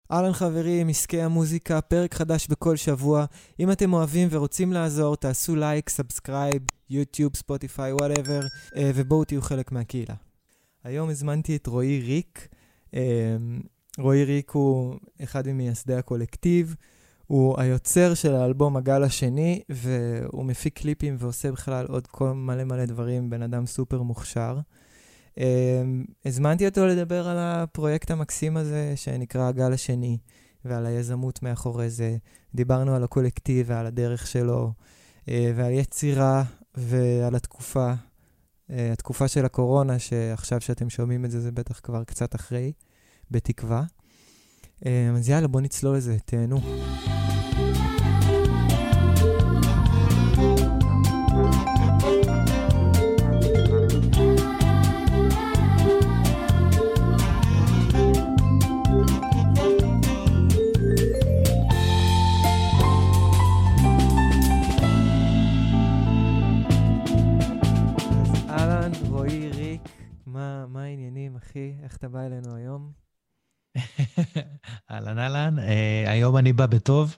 אהלן חברים, עסקי המוזיקה, פרק חדש בכל שבוע. אם אתם אוהבים ורוצים לעזור, תעשו לייק, סאבסקרייב, יוטיוב, ספוטיפיי, וואטאבר, ובואו תהיו חלק מהקהילה. היום הזמנתי את רועי ריק. רועי ריק הוא אחד ממייסדי הקולקטיב, הוא היוצר של האלבום הגל השני, והוא מפיק קליפים ועושה בכלל עוד כל מלא דברים, בן אדם סופר מוכשר. הזמנתי אותו לדבר על הפרויקט המקסים הזה שנקרא הגל השני, ועל היזמות מאחורי זה. דיברנו על הקולקטיב ועל הדרך שלו, ועל יצירה ועל התקופה של הקורונה, שעכשיו שאתם שומעים את זה, זה בטח כבר קצת אחרי, בתקווה. אז יאללה, בוא נצלול לזה, תהנו. מה העניינים, אחי? איך אתה בא אלינו היום? אהלן, היום אני בא בטוב.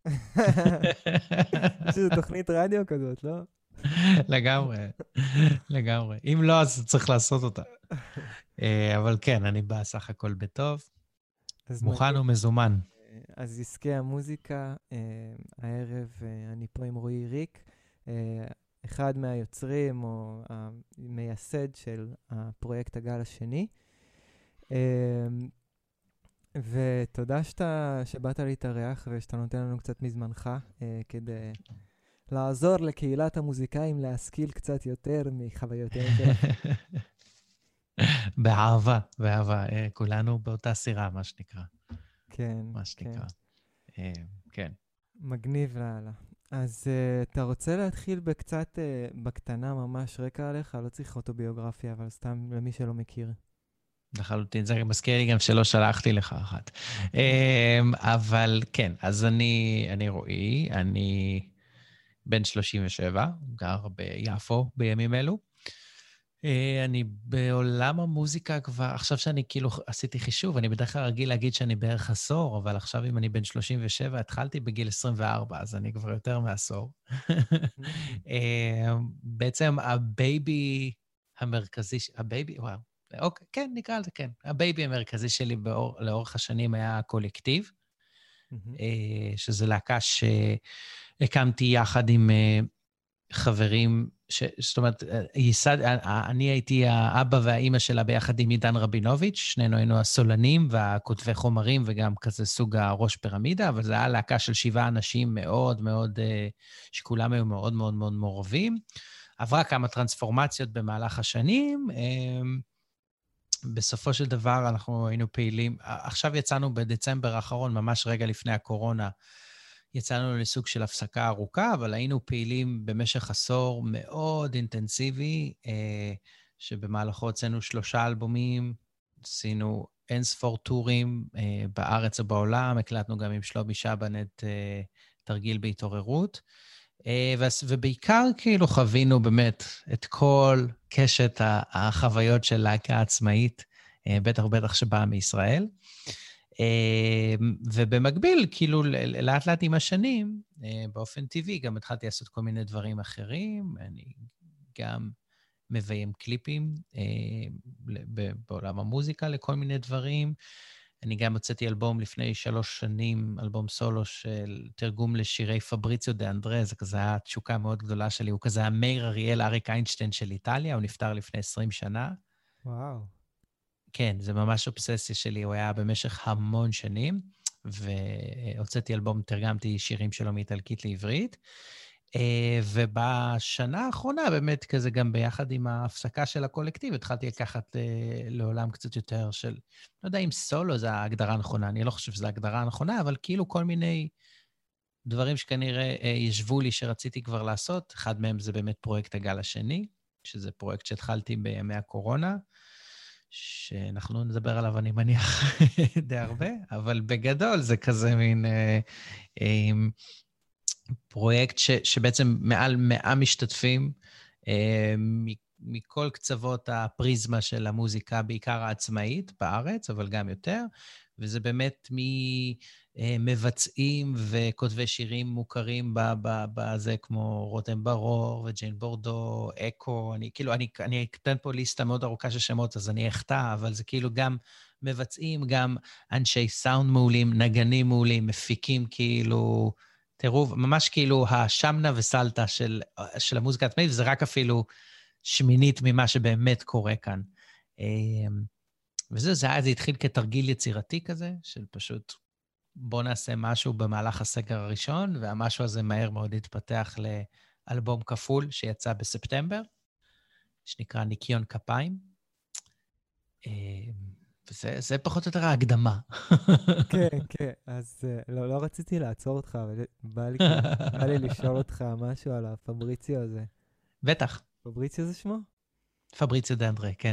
שזו תוכנית רדיו כזאת, לא? לגמרי. אם לא, אז צריך לעשות אותה. אבל כן, אני בא סך הכל בטוב. מוכן ומזומן. אז עסקי המוזיקה, הערב אני פה עם רועי ריק, אחד מהיוצרים או המייסד של הפרויקט הגל השני. ותודה שבאת להתארח ושאתה נותן לנו קצת מזמנך כדי לעזור לקהילת המוזיקאים להשכיל קצת יותר מחוויותיהם שלך. באהבה. כולנו באותה סירה, מה שנקרא. כן. כן. מגניב לאללה. אז אתה רוצה להתחיל בקצת, בקטנה ממש רקע עליך? לא צריך אוטוביוגרפיה, אבל סתם למי שלא מכיר. לחלוטין, זה מזכיר לי גם שלא שלחתי לך אחת. אבל כן, אז אני רועי, אני בן 37, גר ביפו בימים אלו. אני בעולם המוזיקה כבר, עכשיו שאני כאילו עשיתי חישוב, אני בדרך כלל רגיל להגיד שאני בערך עשור, אבל עכשיו אם אני בן 37, התחלתי בגיל 24, אז אני כבר יותר מעשור. בעצם הבייבי המרכזי, וואו, אוקיי, כן, נקרא לזה, כן. הבייבי המרכזי שלי לאורך השנים היה הקולקטיב, שזו להקה שהקמתי יחד עם חברים, זאת אומרת, אני הייתי האבא והאימא שלה ביחד עם עידן רבינוביץ', שנינו היינו הסולנים והכותבי חומרים וגם כזה סוג הראש פירמידה, אבל זה היה להקה של 7 אנשים מאוד מאוד, שכולם היו מאוד מאוד מאוד מעורבים. עברה כמה טרנספורמציות במהלך השנים. בסופו של דבר אנחנו היינו פעילים, עכשיו יצאנו בדצמבר האחרון, ממש רגע לפני הקורונה, יצאנו לסוג של הפסקה ארוכה, אבל היינו פעילים במשך עשור מאוד אינטנסיבי, שבמהלכו הוצאנו 3 אלבומים, עשינו אינספור טורים בארץ ובעולם, הקלטנו גם עם שלומי שבן את תרגיל בהתעוררות, ובעיקר כאילו חווינו באמת את כל קשת החוויות של להקה עצמאית, בטח שבאה מישראל. ובמקביל, כאילו, לאט לאט עם השנים, באופן טבעי, גם התחלתי לעשות כל מיני דברים אחרים. אני גם מביים קליפים בעולם המוזיקה לכל מיני דברים. אני גם הוצאתי אלבום לפני 3 שנים, אלבום סולו של תרגום לשירי פבריציו דה אנדרה, זה כזה היה תשוקה מאוד גדולה שלי, הוא כזה המאיר אריאל אריק איינשטיין של איטליה, הוא נפטר לפני 20 שנה. וואו. כן, זה ממש אובססיה שלי, הוא היה במשך המון שנים, והוצאתי אלבום, תרגמתי שירים שלו מאיטלקית לעברית, ובשנה האחרונה, באמת כזה גם ביחד עם ההפסקה של הקולקטיב, התחלתי לקחת לעולם קצת יותר של, לא יודע אם סולו זה ההגדרה הנכונה, אני לא חושב שזו ההגדרה הנכונה, אבל כאילו כל מיני דברים שכנראה ישבו לי שרציתי כבר לעשות, אחד מהם זה באמת פרויקט הגל השני, שזה פרויקט שהתחלתי בימי הקורונה, שאנחנו נדבר עליו, אני מניח, די הרבה, אבל בגדול זה כזה מין פרויקט שבעצם מעל 100 משתתפים, מכל קצוות הפריזמה של המוזיקה, בעיקר העצמאית בארץ, אבל גם יותר, וזה באמת ממבצעים וכותבי שירים מוכרים בזה, כמו רותם ברור וג'יין בורדו, אקו, אני אתן פה ליסטה מאוד ארוכה של שמות, אז אני אחטא, אבל זה כאילו גם מבצעים, גם אנשי סאונד מעולים, נגנים מעולים, מפיקים כאילו, תראו, ממש כאילו השמנה וסלטה של המוזיקה עצמאית, וזה רק אפילו שמינית ממה שבאמת קורה כאן. וזה התחיל כתרגיל יצירתי כזה, של פשוט בוא נעשה משהו במהלך הסגר הראשון, והמשהו הזה מהר מאוד התפתח לאלבום כפול שיצא בספטמבר, שנקרא ניקיון כפיים. וזה פחות או יותר ההקדמה. כן, כן, אז לא רציתי לעצור אותך, אבל בא לי לשאול אותך משהו על הפבריציו הזה. בטח. פבריציו זה שמו? פבריציו דאנדרה, כן.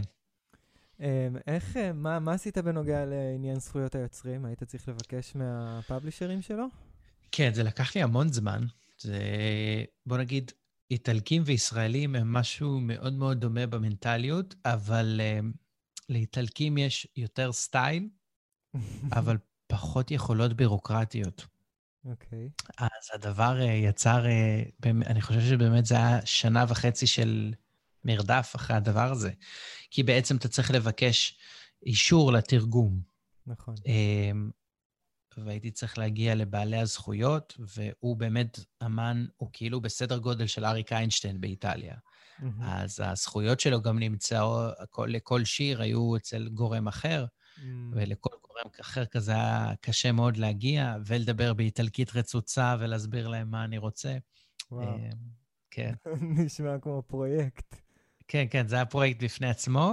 מה עשית בנוגע לעניין זכויות היוצרים? היית צריך לבקש מהפאבלישרים שלו? כן, זה לקח לי המון זמן. בוא נגיד, איטלקים וישראלים הם משהו מאוד מאוד דומה במנטליות, אבל לאיטלקים יש יותר סטייל, אבל פחות יכולות בירוקרטיות. אוקיי. אז הדבר יצר, אני חושב שבאמת זה היה 1.5 שנה של מרדף אחרי הדבר הזה. כי בעצם אתה צריך לבקש אישור לתרגום. נכון. והייתי צריך להגיע לבעלי הזכויות, והוא באמת אמן, הוא כאילו בסדר גודל של אריק איינשטיין באיטליה. אז הזכויות שלו גם נמצאו, לכל שיר היו אצל גורם אחר, ולכל גורם אחר כזה היה קשה מאוד להגיע, ולדבר באיטלקית רצוצה ולהסביר להם מה אני רוצה. וואו. כן. נשמע כמו פרויקט. כן, כן, זה היה פרויקט בפני עצמו,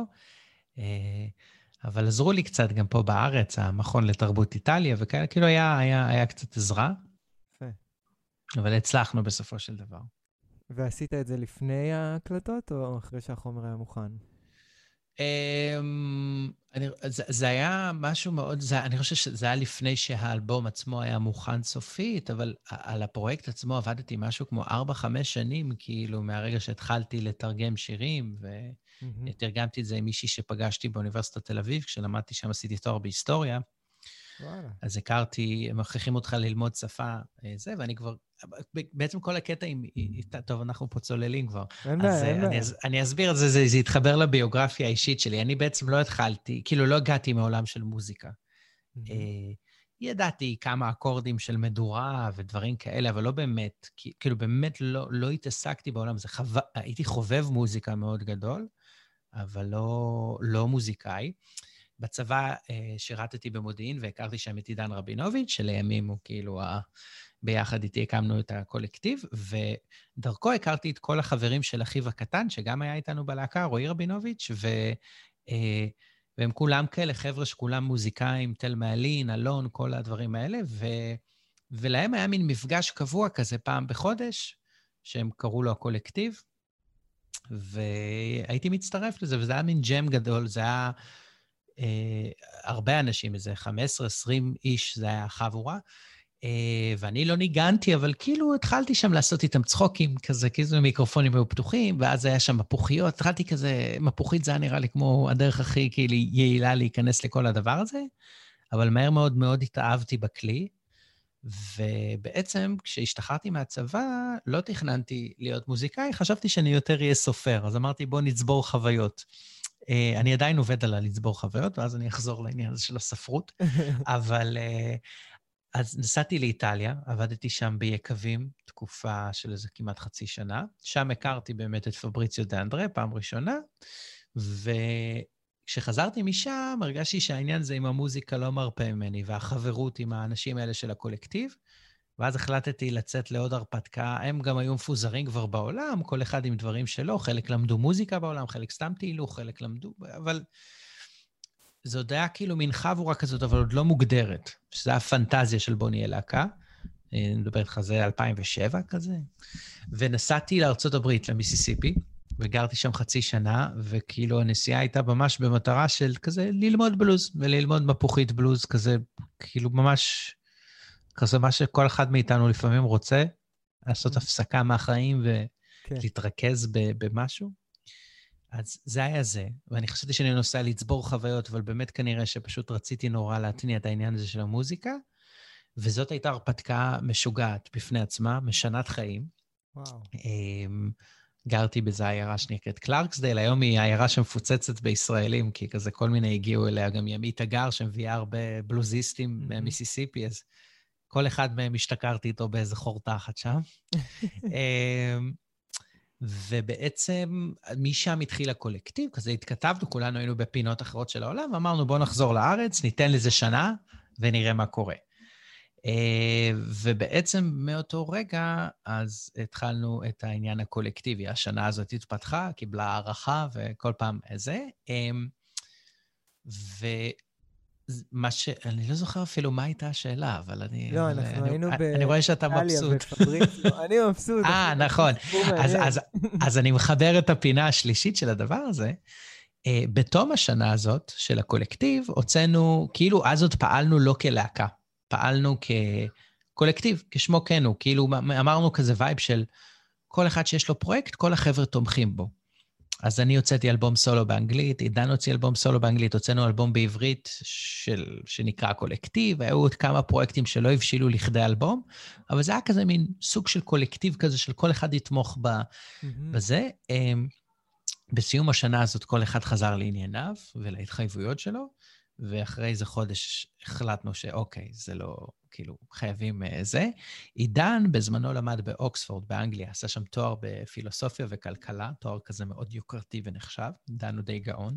אבל עזרו לי קצת גם פה בארץ, המכון לתרבות איטליה, וכאלה, כאילו היה קצת עזרה, יפה. אבל הצלחנו בסופו של דבר. ועשית את זה לפני ההקלטות, או אחרי שהחומר היה מוכן? זה היה משהו מאוד, אני חושב שזה היה לפני שהאלבום עצמו היה מוכן סופית, אבל על הפרויקט עצמו עבדתי משהו כמו 4-5 שנים, כאילו מהרגע שהתחלתי לתרגם שירים, ותרגמתי את זה עם מישהי שפגשתי באוניברסיטת תל אביב, כשלמדתי שם עשיתי תואר בהיסטוריה. וואלה. אז הכרתי, הם מכריחים אותך ללמוד שפה, ואני כבר, בעצם כל הקטע טוב, אנחנו פה צוללים כבר. אין בעיה. אני אסביר את זה, זה התחבר לביוגרפיה האישית שלי. אני בעצם לא התחלתי, כאילו לא הגעתי מעולם של מוזיקה. ידעתי כמה אקורדים של מדורה ודברים כאלה, אבל לא באמת, כאילו באמת לא התעסקתי בעולם הזה. הייתי חובב מוזיקה מאוד גדול, אבל לא מוזיקאי. בצבא שירתתי במודיעין, והכרתי שם את עידן רבינוביץ', שלימים הוא כאילו, ביחד איתי הקמנו את הקולקטיב, ודרכו הכרתי את כל החברים של אחיו הקטן, שגם היה איתנו בלהקה, רועי רבינוביץ', והם כולם כאלה חבר'ה שכולם מוזיקאים, תל מעלין, אלון, כל הדברים האלה, ולהם היה מין מפגש קבוע כזה פעם בחודש, שהם קראו לו הקולקטיב, והייתי מצטרף לזה, וזה היה מין ג'ם גדול, זה היה הרבה אנשים, איזה 15-20 איש, זה היה חבורה, ואני לא ניגנתי, אבל כאילו התחלתי שם לעשות איתם צחוקים, כזה, כאילו מיקרופונים היו פתוחים, ואז היה שם מפוחיות, התחלתי כזה, מפוחית זה היה נראה לי כמו הדרך הכי כאילו יעילה להיכנס לכל הדבר הזה, אבל מהר מאוד מאוד התאהבתי בכלי, ובעצם כשהשתחררתי מהצבא, לא תכננתי להיות מוזיקאי, חשבתי שאני יותר אהיה סופר, אז אמרתי בוא נצבור חוויות. אני עדיין עובד על לצבור חוויות, ואז אני אחזור לעניין הזה של הספרות, אבל אז נסעתי לאיטליה, עבדתי שם ביקבים, תקופה של איזה כמעט 0.5 שנה, שם הכרתי באמת את פבריציו דאנדרה, פעם ראשונה, וכשחזרתי משם, הרגשתי שהעניין זה עם המוזיקה לא מרפה ממני, והחברות עם האנשים האלה של הקולקטיב, ואז החלטתי לצאת לעוד הרפתקה, הם גם היו מפוזרים כבר בעולם, כל אחד עם דברים שלו, חלק למדו מוזיקה בעולם, חלק סתם טיילו, חלק למדו, אבל זו עוד היה כאילו מין חבורה כזאת, אבל עוד לא מוגדרת, שזה הפנטזיה של בוא נהיה להקה, אני מדבר איתך, זה 2007 כזה, ונסעתי לארצות הברית, למיסיסיפי, וגרתי שם 0.5 שנה, וכאילו הנסיעה הייתה ממש במטרה של כזה ללמוד בלוז, וללמוד מפוחית בלוז, כזה כאילו ממש כזה מה שכל אחד מאיתנו לפעמים רוצה, לעשות הפסקה מהחיים ולהתרכז במשהו. אז זה היה זה, ואני חשבתי שאני נוסע לצבור חוויות, אבל באמת כנראה שפשוט רציתי נורא להתניע את העניין הזה של המוזיקה, וזאת הייתה הרפתקה משוגעת בפני עצמה, משנת חיים. וואו. גרתי באיזו עיירה שנקראת קלרקסדייל, היום היא עיירה שמפוצצת בישראלים, כי כזה כל מיני הגיעו אליה, גם ימית אגר שמביאה הרבה בלוזיסטים ממיסיסיפי, אז כל אחד מהם השתכרתי איתו באיזה חור תחת שם. ובעצם משם התחיל הקולקטיב, כזה התכתבנו, כולנו היינו בפינות אחרות של העולם, ואמרנו בואו נחזור לארץ, ניתן לזה שנה ונראה מה קורה. ובעצם מאותו רגע, אז התחלנו את העניין הקולקטיבי. השנה הזאת התפתחה, קיבלה הערכה וכל פעם איזה. ומה אני לא זוכר אפילו מה הייתה השאלה, אבל לא, אנחנו היינו אני רואה שאתה מבסוט. אני מבסוט. נכון. אז אני מחבר את הפינה השלישית של הדבר הזה. בתום השנה הזאת של הקולקטיב, הוצאנו, כאילו אז עוד פעלנו לא כלהקה. פעלנו כקולקטיב, כשמו כן הוא, כאילו אמרנו כזה וייב של כל אחד שיש לו פרויקט, כל החבר'ה תומכים בו. אז אני הוצאתי אלבום סולו באנגלית, עידן הוציא אלבום סולו באנגלית, הוצאנו אלבום בעברית שנקרא קולקטיב, היו עוד כמה פרויקטים שלא הבשילו לכדי אלבום, אבל זה היה כזה מין סוג של קולקטיב כזה, של כל אחד יתמוך בזה. בסיום השנה הזאת כל אחד חזר לענייניו ולהתחייבויות שלו, ואחרי איזה חודש החלטנו שאוקיי, זה לא, כאילו, חייבים זה. עידן בזמנו למד באוקספורד, באנגליה, עשה שם תואר בפילוסופיה וכלכלה, תואר כזה מאוד יוקרתי ונחשב, עידן הוא די גאון.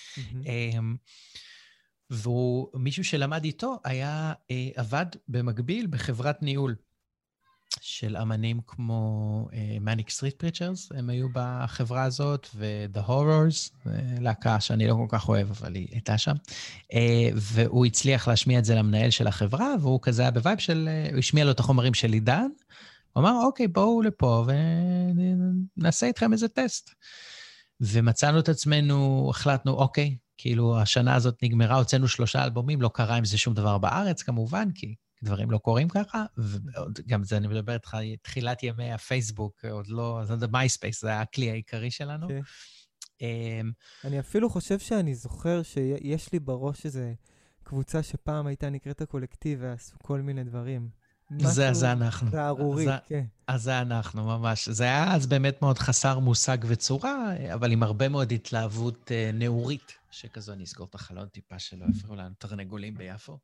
והוא, מישהו שלמד איתו, עבד במקביל בחברת ניהול של אמנים כמו Manic Street Preachers, הם היו בחברה הזאת, ו-The Horrors, להקה שאני לא כל כך אוהב, אבל היא הייתה שם. והוא הצליח להשמיע את זה למנהל של החברה, והוא כזה היה בווייב של, הוא השמיע לו את החומרים של עידן, הוא אמר, אוקיי, בואו לפה ונעשה איתכם איזה טסט. ומצאנו את עצמנו, החלטנו, אוקיי, כאילו השנה הזאת נגמרה, הוצאנו 3 אלבומים, לא קרה עם זה שום דבר בארץ, כמובן, כי דברים לא קורים ככה, וגם זה אני מדבר איתך, תחילת ימי הפייסבוק, עוד לא, זה מייספייס, זה היה הכלי העיקרי שלנו. אני אפילו חושב שאני זוכר שיש לי בראש איזו קבוצה שפעם הייתה נקראת הקולקטיב, ועשו כל מיני דברים. זה אנחנו. זה ארורי, כן. אז זה אנחנו, ממש. זה היה אז באמת מאוד חסר מושג וצורה, אבל עם הרבה מאוד התלהבות נאורית, שכזו אני אסגור את החלון טיפה שלא הפריעו לנו תרנגולים ביפו.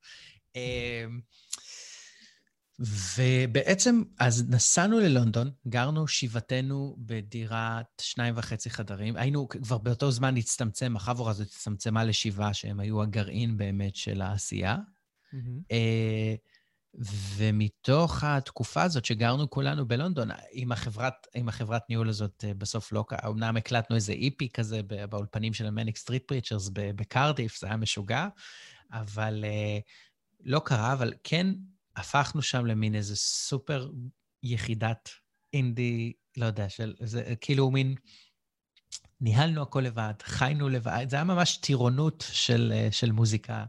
ובעצם, אז נסענו ללונדון, גרנו שבעתנו בדירת 2.5 חדרים, היינו כבר באותו זמן הצטמצם, החבורה הזאת הצטמצמה ל7, שהם היו הגרעין באמת של העשייה, ומתוך התקופה הזאת שגרנו כולנו בלונדון, עם החברת ניהול הזאת בסוף לא, אמנם הקלטנו איזה איפי כזה באולפנים של המניק סטריט פריצ'רס בקרדיף, זה היה משוגע, אבל לא קרה, אבל כן הפכנו שם למין איזה סופר יחידת אינדי, לא יודע, זה כאילו מין, ניהלנו הכל לבד, חיינו לבד, זה היה ממש טירונות של מוזיקה.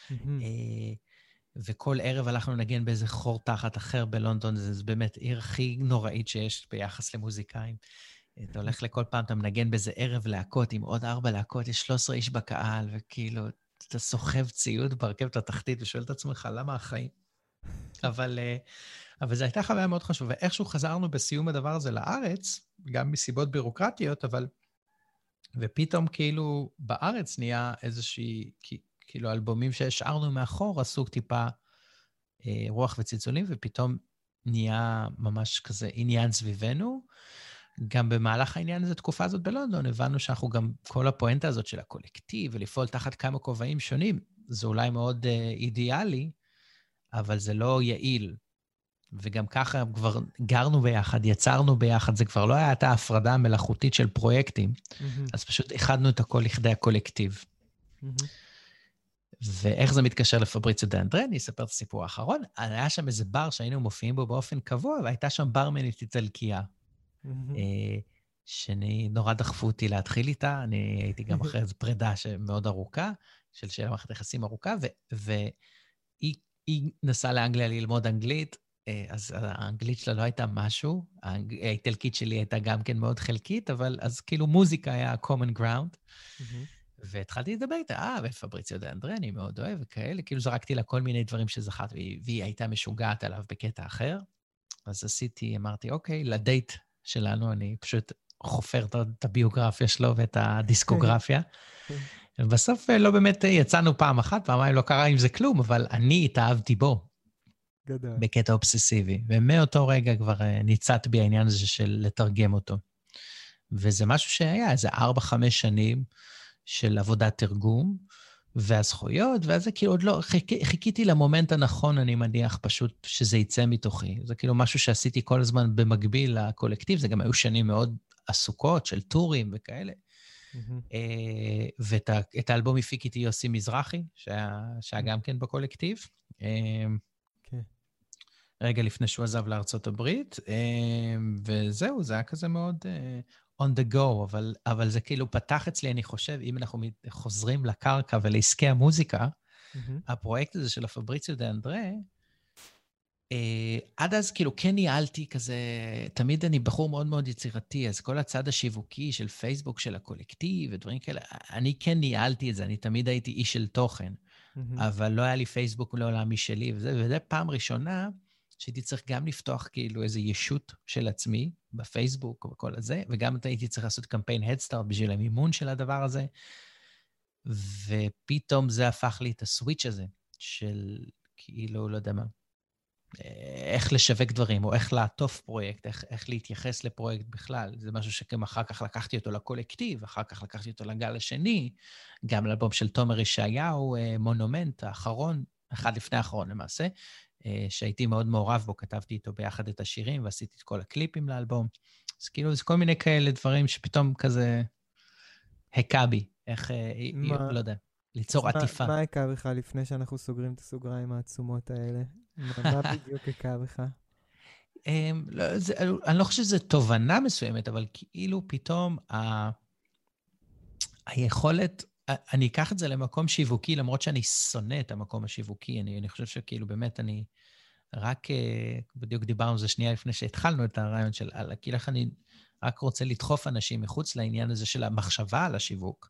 וכל ערב הלכנו לנגן באיזה חור תחת אחר בלונדון, זה באמת עיר הכי נוראית שיש ביחס למוזיקאים. אתה הולך לכל פעם, אתה מנגן באיזה ערב להקות, עם עוד 4 להקות, יש 13 איש בקהל, וכאילו, אתה סוחב ציוד ברכבת התחתית, ושואל את עצמך, למה החיים? אבל זו הייתה חוויה מאוד חשובה, ואיכשהו חזרנו בסיום הדבר הזה לארץ, גם מסיבות בירוקרטיות, ופתאום כאילו בארץ נהיה איזושהי, כאילו אלבומים שהשארנו מאחור, עשו טיפה רוח וצלצולים, ופתאום נהיה ממש כזה עניין סביבנו. גם במהלך העניין הזה, תקופה הזאת בלונדון, הבנו שאנחנו גם, כל הפואנטה הזאת של הקולקטיב, ולפעול תחת כמה כובעים שונים, זה אולי מאוד אידיאלי, אבל זה לא יעיל. וגם ככה כבר גרנו ביחד, יצרנו ביחד, זה כבר לא היה את ההפרדה המלאכותית של פרויקטים, אז פשוט איחדנו את הכל לכדי הקולקטיב. ואיך זה מתקשר לפבריציו דה אנדרה, אני אספר את הסיפור האחרון, היה שם איזה בר שהיינו מופיעים בו באופן קבוע, והייתה שם ברמנית איטלקייה, שנורא דחפו אותי להתחיל איתה, אני הייתי גם אחרי איזו פרידה מאוד ארוכה, של מערכת יחסים ארוכה, והיא נסעה לאנגליה ללמוד אנגלית, אז האנגלית שלה לא הייתה משהו, האיטלקית שלי הייתה גם כן מאוד חלקית, אבל אז כאילו מוזיקה היה common ground, והתחלתי לדבר איתה, ופבריציו דה אנדרה, אני מאוד אוהב, וכאלה, כאילו זרקתי לה כל מיני דברים שזכרתי, והיא הייתה משוגעת עליו בקטע אחר, אז אמרתי, אוקיי, לדייט שלנו, אני פשוט חופר את הביוגרפיה שלו ואת הדיסקוגרפיה, ובסוף לא באמת יצאנו פעם אחת, פעמיים לא קרה עם זה כלום, אבל אני התאהבתי בו. גדול. בקטע אובססיבי, ומאותו רגע כבר ניצת בי העניין הזה של לתרגם אותו. וזה משהו שהיה איזה 4-5 שנים של עבודת תרגום, והזכויות, ואז זה כאילו עוד לא, חיכיתי למומנט הנכון, אני מניח פשוט שזה יצא מתוכי. זה כאילו משהו שעשיתי כל הזמן במקביל לקולקטיב, זה גם היו שנים מאוד עסוקות של טורים וכאלה. ואת האלבום הפיק איתי יוסי מזרחי, שהיה גם כן בקולקטיב. רגע לפני שהוא עזב לארצות הברית, וזהו, זה היה כזה מאוד on the go, אבל זה כאילו פתח אצלי, אני חושב, אם אנחנו חוזרים לקרקע ולעסקי המוזיקה, הפרויקט הזה של הפבריציו דה אנדרה, עד אז כאילו כן ניהלתי כזה, תמיד אני בחור מאוד מאוד יצירתי, אז כל הצד השיווקי של פייסבוק, של הקולקטיב ודברים כאלה, אני כן ניהלתי את זה, אני תמיד הייתי איש של תוכן, אבל לא היה לי פייסבוק לעולם משלי, וזה פעם ראשונה שהייתי צריך גם לפתוח כאילו איזו ישות של עצמי בפייסבוק וכל הזה, וגם הייתי צריך לעשות קמפיין הדסטארט בשביל המימון של הדבר הזה, ופתאום זה הפך לי את הסוויץ' הזה, של כאילו, לא יודע מה, איך לשווק דברים, או איך לעטוף פרויקט, איך להתייחס לפרויקט בכלל. זה משהו שגם אחר כך לקחתי אותו לקולקטיב, אחר כך לקחתי אותו לגל השני, גם לאלבום של תומר ישעיהו, מונומנט, האחרון, אחד לפני האחרון למעשה, שהייתי מאוד מעורב בו, כתבתי איתו ביחד את השירים, ועשיתי את כל הקליפים לאלבום. אז כאילו, זה כל מיני כאלה דברים שפתאום כזה הקע בי, איך, לא יודע, ליצור עטיפה. מה הקע בך לפני שאנחנו סוגרים את הסוגריים העצומות האלה? מה בדיוק הקע בך? אני לא חושב שזו תובנה מסוימת, אבל כאילו פתאום היכולת, אני אקח את זה למקום שיווקי, למרות שאני שונא את המקום השיווקי, אני חושב שכאילו באמת אני רק, בדיוק דיברנו על זה שנייה לפני שהתחלנו את הרעיון של, כאילו איך אני רק רוצה לדחוף אנשים מחוץ לעניין הזה של המחשבה על השיווק.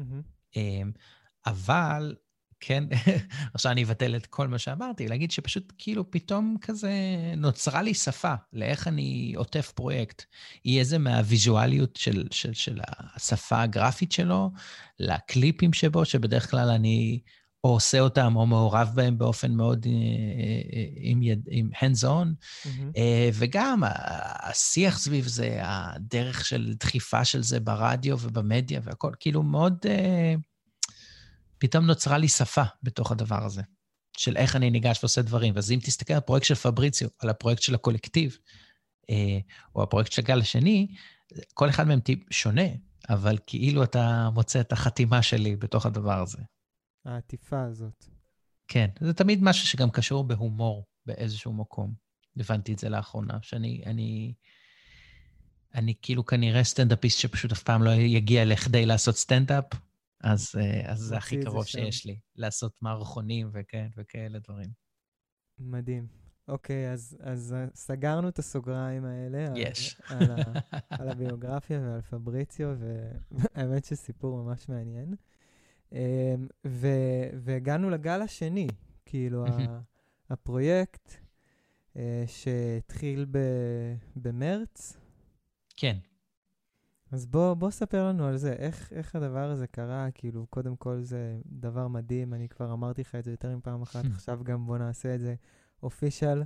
אבל, כן, עכשיו אני אבטל את כל מה שאמרתי, להגיד שפשוט כאילו פתאום כזה נוצרה לי שפה לאיך אני עוטף פרויקט. יהיה זה מהוויזואליות של השפה הגרפית שלו, לקליפים שבו, שבדרך כלל אני או עושה אותם או מעורב בהם באופן מאוד עם hands on, וגם השיח סביב זה, הדרך של דחיפה של זה ברדיו ובמדיה והכל, כאילו מאוד פתאום נוצרה לי שפה בתוך הדבר הזה, של איך אני ניגש ועושה דברים. ואז אם תסתכל על הפרויקט של פבריציו, על הפרויקט של הקולקטיב, או הפרויקט של הגל השני, כל אחד מהם שונה, אבל כאילו אתה מוצא את החתימה שלי בתוך הדבר הזה. העטיפה הזאת. כן, זה תמיד משהו שגם קשור בהומור באיזשהו מקום. הבנתי את זה לאחרונה, שאני כאילו כנראה סטנדאפיסט שפשוט אף פעם לא יגיע לכדי לעשות סטנדאפ, אז זה הכי קרוב שיש לי, לעשות מערכונים וכאלה דברים. מדהים. אוקיי, אז סגרנו את הסוגריים האלה על הביוגרפיה ועל פבריציו, והאמת שסיפור ממש מעניין. והגענו לגל השני, כאילו הפרויקט שהתחיל במרץ. כן. אז בוא ספר לנו על זה, איך הדבר הזה קרה, כאילו קודם כל זה דבר מדהים, אני כבר אמרתי לך את זה יותר מפעם אחת, עכשיו גם בוא נעשה את זה אופישל,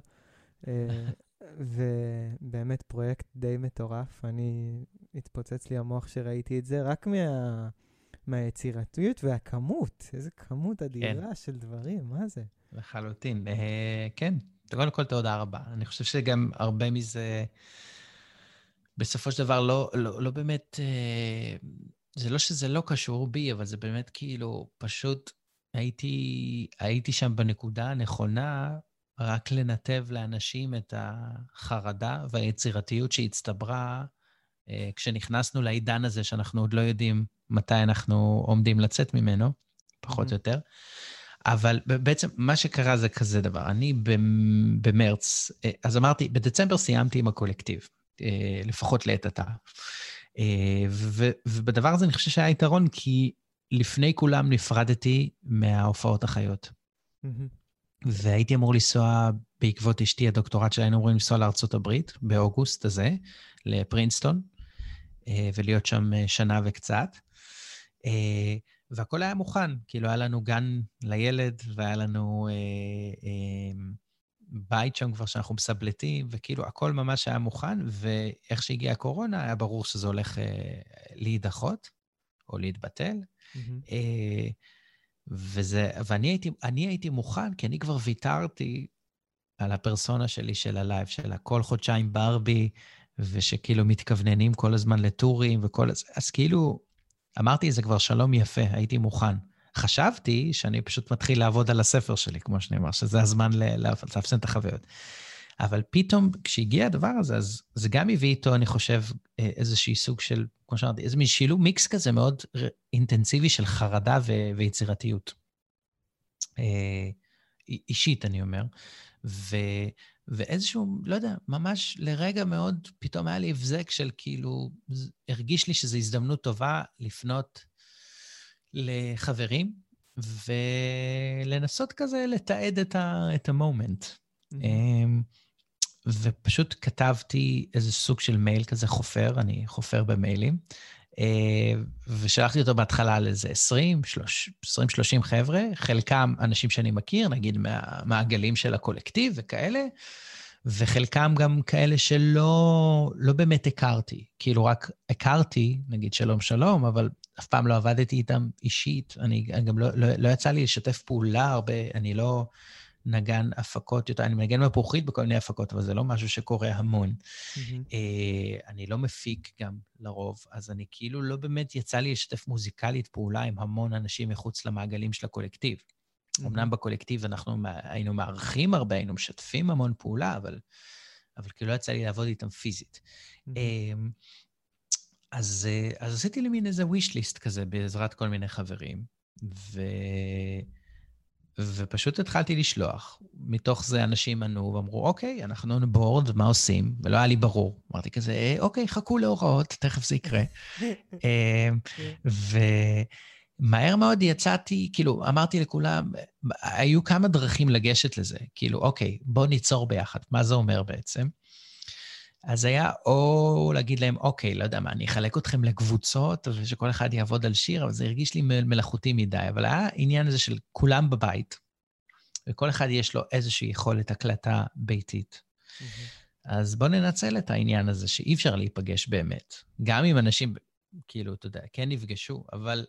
ובאמת פרויקט די מטורף, אני התפוצץ לי המוח שראיתי את זה, רק מהיצירתיות והכמות, איזה כמות אדירה של דברים, מה זה? לחלוטין, כן, קודם כל תודה רבה, אני חושב שגם הרבה מזה, בסופו של דבר לא באמת, זה לא שזה לא קשור בי, אבל זה באמת כאילו, פשוט הייתי שם בנקודה הנכונה, רק לנתב לאנשים את החרדה והיצירתיות שהצטברה, כשנכנסנו לעידן הזה, שאנחנו עוד לא יודעים מתי אנחנו עומדים לצאת ממנו, פחות או יותר. אבל בעצם מה שקרה זה כזה דבר. אני במרץ, אז אמרתי, בדצמבר סיימתי עם הקולקטיב, לפחות לעת עתה. ובדבר הזה אני חושב שהיה יתרון, כי לפני כולם נפרדתי מההופעות החיות. והייתי אמור לנסוע בעקבות אשתי, הדוקטורט שלה, היינו אמורים לנסוע לארצות הברית, באוגוסט הזה, לפרינסטון, ולהיות שם שנה וקצת. והכל היה מוכן, כאילו היה לנו גן לילד, והיה לנו בית שם כבר שאנחנו מסבלטים, וכאילו הכל ממש היה מוכן, ואיך שהגיעה הקורונה, היה ברור שזה הולך להידחות, או להתבטל. ואני הייתי מוכן, כי אני כבר ויתרתי על הפרסונה שלי של הלייב, של כל חודשיים ברבי, ושכאילו מתכווננים כל הזמן לטורים, אז כאילו, אמרתי, זה כבר שלום יפה, הייתי מוכן. חשבתי שאני פשוט מתחיל לעבוד על הספר שלי, כמו שאני אומר, שזה הזמן לאפסן את החוויות. אבל פתאום, כשהגיע הדבר הזה, אז זה גם הביא איתו, אני חושב, איזושהי סוג של, כמו שאמרתי, איזה שילוב מיקס כזה מאוד אינטנסיבי של חרדה ויצירתיות. אישית, אני אומר. ואיזשהו, לא יודע, ממש לרגע מאוד, פתאום היה לי הבזק של כאילו, הרגיש לי שזו הזדמנות טובה לפנות לחברים, ולנסות כזה לתעד את המומנט. ופשוט כתבתי איזה סוג של מייל כזה חופר, אני חופר במיילים, ושלחתי אותו בהתחלה לאיזה 20-30 חבר'ה, חלקם אנשים שאני מכיר, נגיד מהמעגלים של הקולקטיב וכאלה, וחלקם גם כאלה שלא באמת הכרתי, כאילו רק הכרתי, נגיד שלום, אבל אף פעם לא עבדתי איתם אישית, אני גם לא יצא לי לשתף פעולה הרבה, אני לא נגן הפקות יותר, אני מנגן מפוחית בכל מיני הפקות, אבל זה לא משהו שקורה המון. אני לא מפיק גם לרוב, אז אני כאילו לא באמת יצא לי לשתף מוזיקלית פעולה עם המון אנשים מחוץ למעגלים של הקולקטיב. אמנם בקולקטיב אנחנו היינו מערכים הרבה, היינו משתפים המון פעולה, אבל כאילו לא יצא לי לעבוד איתם פיזית. אז עשיתי לי מין איזה wish list כזה, בעזרת כל מיני חברים, ופשוט התחלתי לשלוח. מתוך זה אנשים ענו ואמרו, אוקיי, אנחנו on board, מה עושים? ולא היה לי ברור. אמרתי כזה, אוקיי, חכו להוראות, תכף זה יקרה. ומהר מאוד יצאתי, כאילו, אמרתי לכולם, היו כמה דרכים לגשת לזה. כאילו, אוקיי, בוא ניצור ביחד. מה זה אומר בעצם? אז היה או להגיד להם, אוקיי, לא יודע מה, אני אחלק אתכם לקבוצות, ושכל אחד יעבוד על שיר, אבל זה הרגיש לי מלאכותי מדי. אבל היה עניין הזה של כולם בבית, וכל אחד יש לו איזושהי יכולת הקלטה ביתית. אז בואו ננצל את העניין הזה, שאי אפשר להיפגש באמת. גם אם אנשים, כאילו, אתה יודע, כן נפגשו, אבל...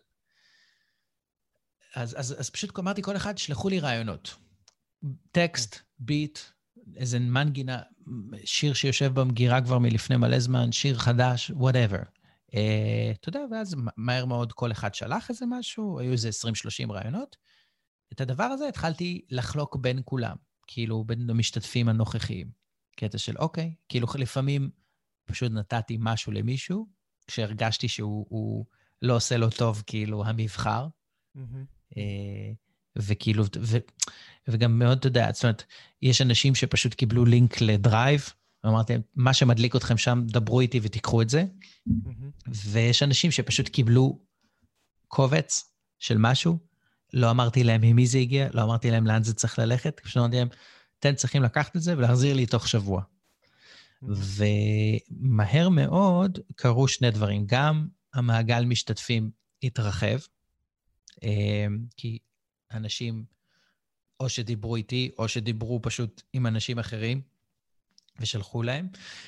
אז פשוט אמרתי, כל אחד, שלחו לי רעיונות. טקסט, ביט, איזה מנגינה, שיר שיושב במגירה כבר מלפני מלא זמן, שיר חדש, whatever. אתה יודע, ואז מהר מאוד כל אחד שלח איזה משהו, היו איזה 20-30 רעיונות. את הדבר הזה התחלתי לחלוק בין כולם, כאילו בין המשתתפים הנוכחיים. קטע של אוקיי, כאילו לפעמים פשוט נתתי משהו למישהו, כשהרגשתי שהוא לא עושה לו טוב, כאילו המבחר. וכאילו, וגם מאוד, אתה יודע, זאת אומרת, יש אנשים שפשוט קיבלו לינק לדרייב, ואמרתי, מה שמדליק אתכם שם, דברו איתי ותיקחו את זה, ויש אנשים שפשוט קיבלו קובץ של משהו, לא אמרתי להם ממי זה הגיע, לא אמרתי להם לאן זה צריך ללכת, פשוט אמרתי להם, אתם צריכים לקחת את זה ולהחזיר לי תוך שבוע. ומהר מאוד קרו שני דברים, גם המעגל משתתפים התרחב, כי אנשים או שדיברו איתי, או שדיברו פשוט עם אנשים אחרים, ושלחו להם,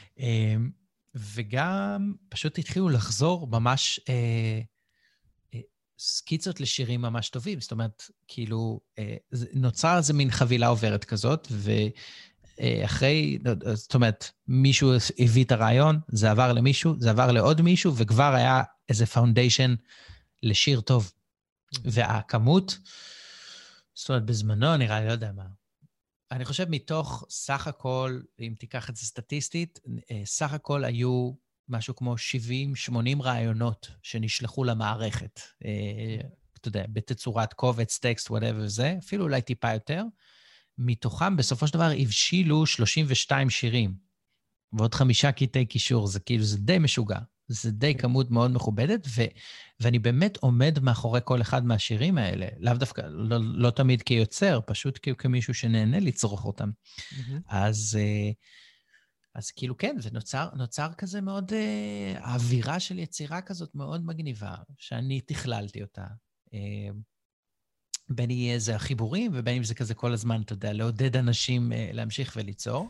וגם פשוט התחילו לחזור ממש סקיצות לשירים ממש טובים, זאת אומרת, כאילו, נוצר איזה מין חבילה עוברת כזאת, ואחרי, זאת אומרת, מישהו הביא את הרעיון, זה עבר למישהו, זה עבר לעוד מישהו, וכבר היה איזה פאונדיישן לשיר טוב. והכמות, זאת אומרת, בזמנו, נראה לי, לא יודע מה. אני חושב מתוך סך הכל, אם תיקח את זה סטטיסטית, סך הכל היו משהו כמו 70-80 רעיונות שנשלחו למערכת. אתה יודע, בתצורת קובץ, טקסט, whatever זה, אפילו אולי טיפה יותר, מתוכם בסופו של דבר הבשילו 32 שירים, ועוד 5 קטעי קישור, זה כאילו, זה די משוגע. זה די כמות מאוד מכובדת, ואני באמת עומד מאחורי כל אחד מהשירים האלה, לאו דווקא, לא תמיד כיוצר, פשוט כמישהו שנהנה לצרוך אותם. אז כאילו כן, ונוצר כזה מאוד, האווירה של יצירה כזאת מאוד מגניבה, שאני תכללתי אותה. בין יהיה זה החיבורים, ובין אם זה כזה כל הזמן, אתה יודע, לעודד אנשים להמשיך וליצור.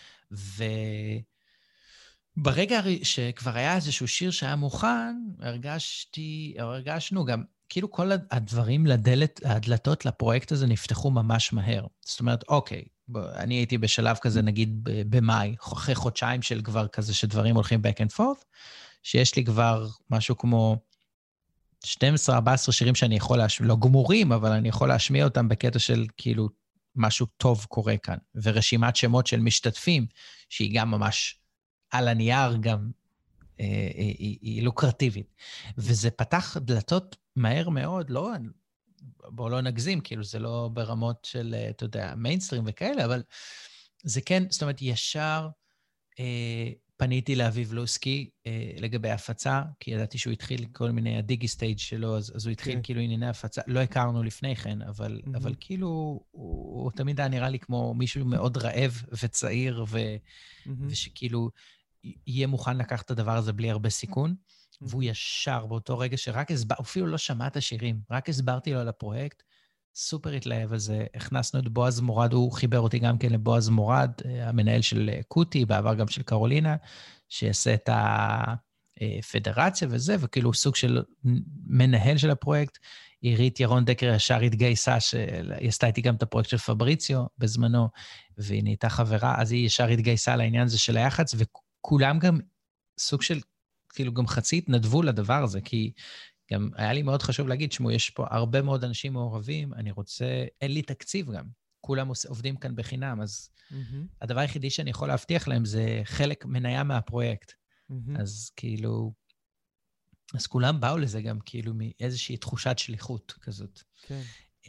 ברגע שכבר היה איזשהו שיר שהיה מוכן, הרגשנו גם, כאילו כל הדברים הדלתות לפרויקט הזה נפתחו ממש מהר. זאת אומרת, אוקיי, אני הייתי בשלב כזה, נגיד במאי, אחרי חודשיים של כבר כזה שדברים הולכים back and forth, שיש לי כבר משהו כמו 12-14 שירים שאני יכול להשמיע, לא גמורים, אבל אני יכול להשמיע אותם בקטע של כאילו משהו טוב קורה כאן, ורשימת שמות של משתתפים, שהיא גם ממש על הנייר גם, היא לוקרטיבית. וזה פתח דלתות מהר מאוד, בואו לא נגזים, כאילו זה לא ברמות של, אתה יודע, מיינסטרים וכאלה, אבל זה כן, זאת אומרת, ישר פניתי לאביב לוסקי לגבי הפצה, כי ידעתי שהוא התחיל כל מיני הדיגי סטייג' שלו, אז הוא התחיל כאילו ענייני הפצה, לא הכרנו לפני כן, אבל כאילו הוא תמיד היה נראה לי כמו מישהו מאוד רעב וצעיר, ושכאילו יהיה מוכן לקחת את הדבר הזה בלי הרבה סיכון, והוא ישר באותו רגע שרק אפילו לא שמע את השירים, רק הסברתי לו על הפרויקט, סופר התלהב על זה, הכנסנו את בועז מורד, הוא חיבר אותי גם כן לבועז מורד, המנהל של קוטי, בעבר גם של קרולינה, שיעשה את הפדרציה וזה, וכאילו סוג של מנהל של הפרויקט, עירית ירון דקר ישר התגייסה, שהיא עשתה איתי גם את הפרויקט של פבריציו בזמנו, והיא נהייתה חברה, אז היא ישר התגייסה לעניין הזה של היח"צ, וכולם גם סוג של, כאילו גם חצי התנדבו לדבר הזה, כי גם היה לי מאוד חשוב להגיד, שמו, יש פה הרבה מאוד אנשים מעורבים, אני רוצה, אין לי תקציב גם, כולם עובדים כאן בחינם, אז הדבר היחידי שאני יכול להבטיח להם זה חלק מניה מהפרויקט. אז כאילו, אז כולם באו לזה גם כאילו מאיזושהי תחושת שליחות כזאת. כן.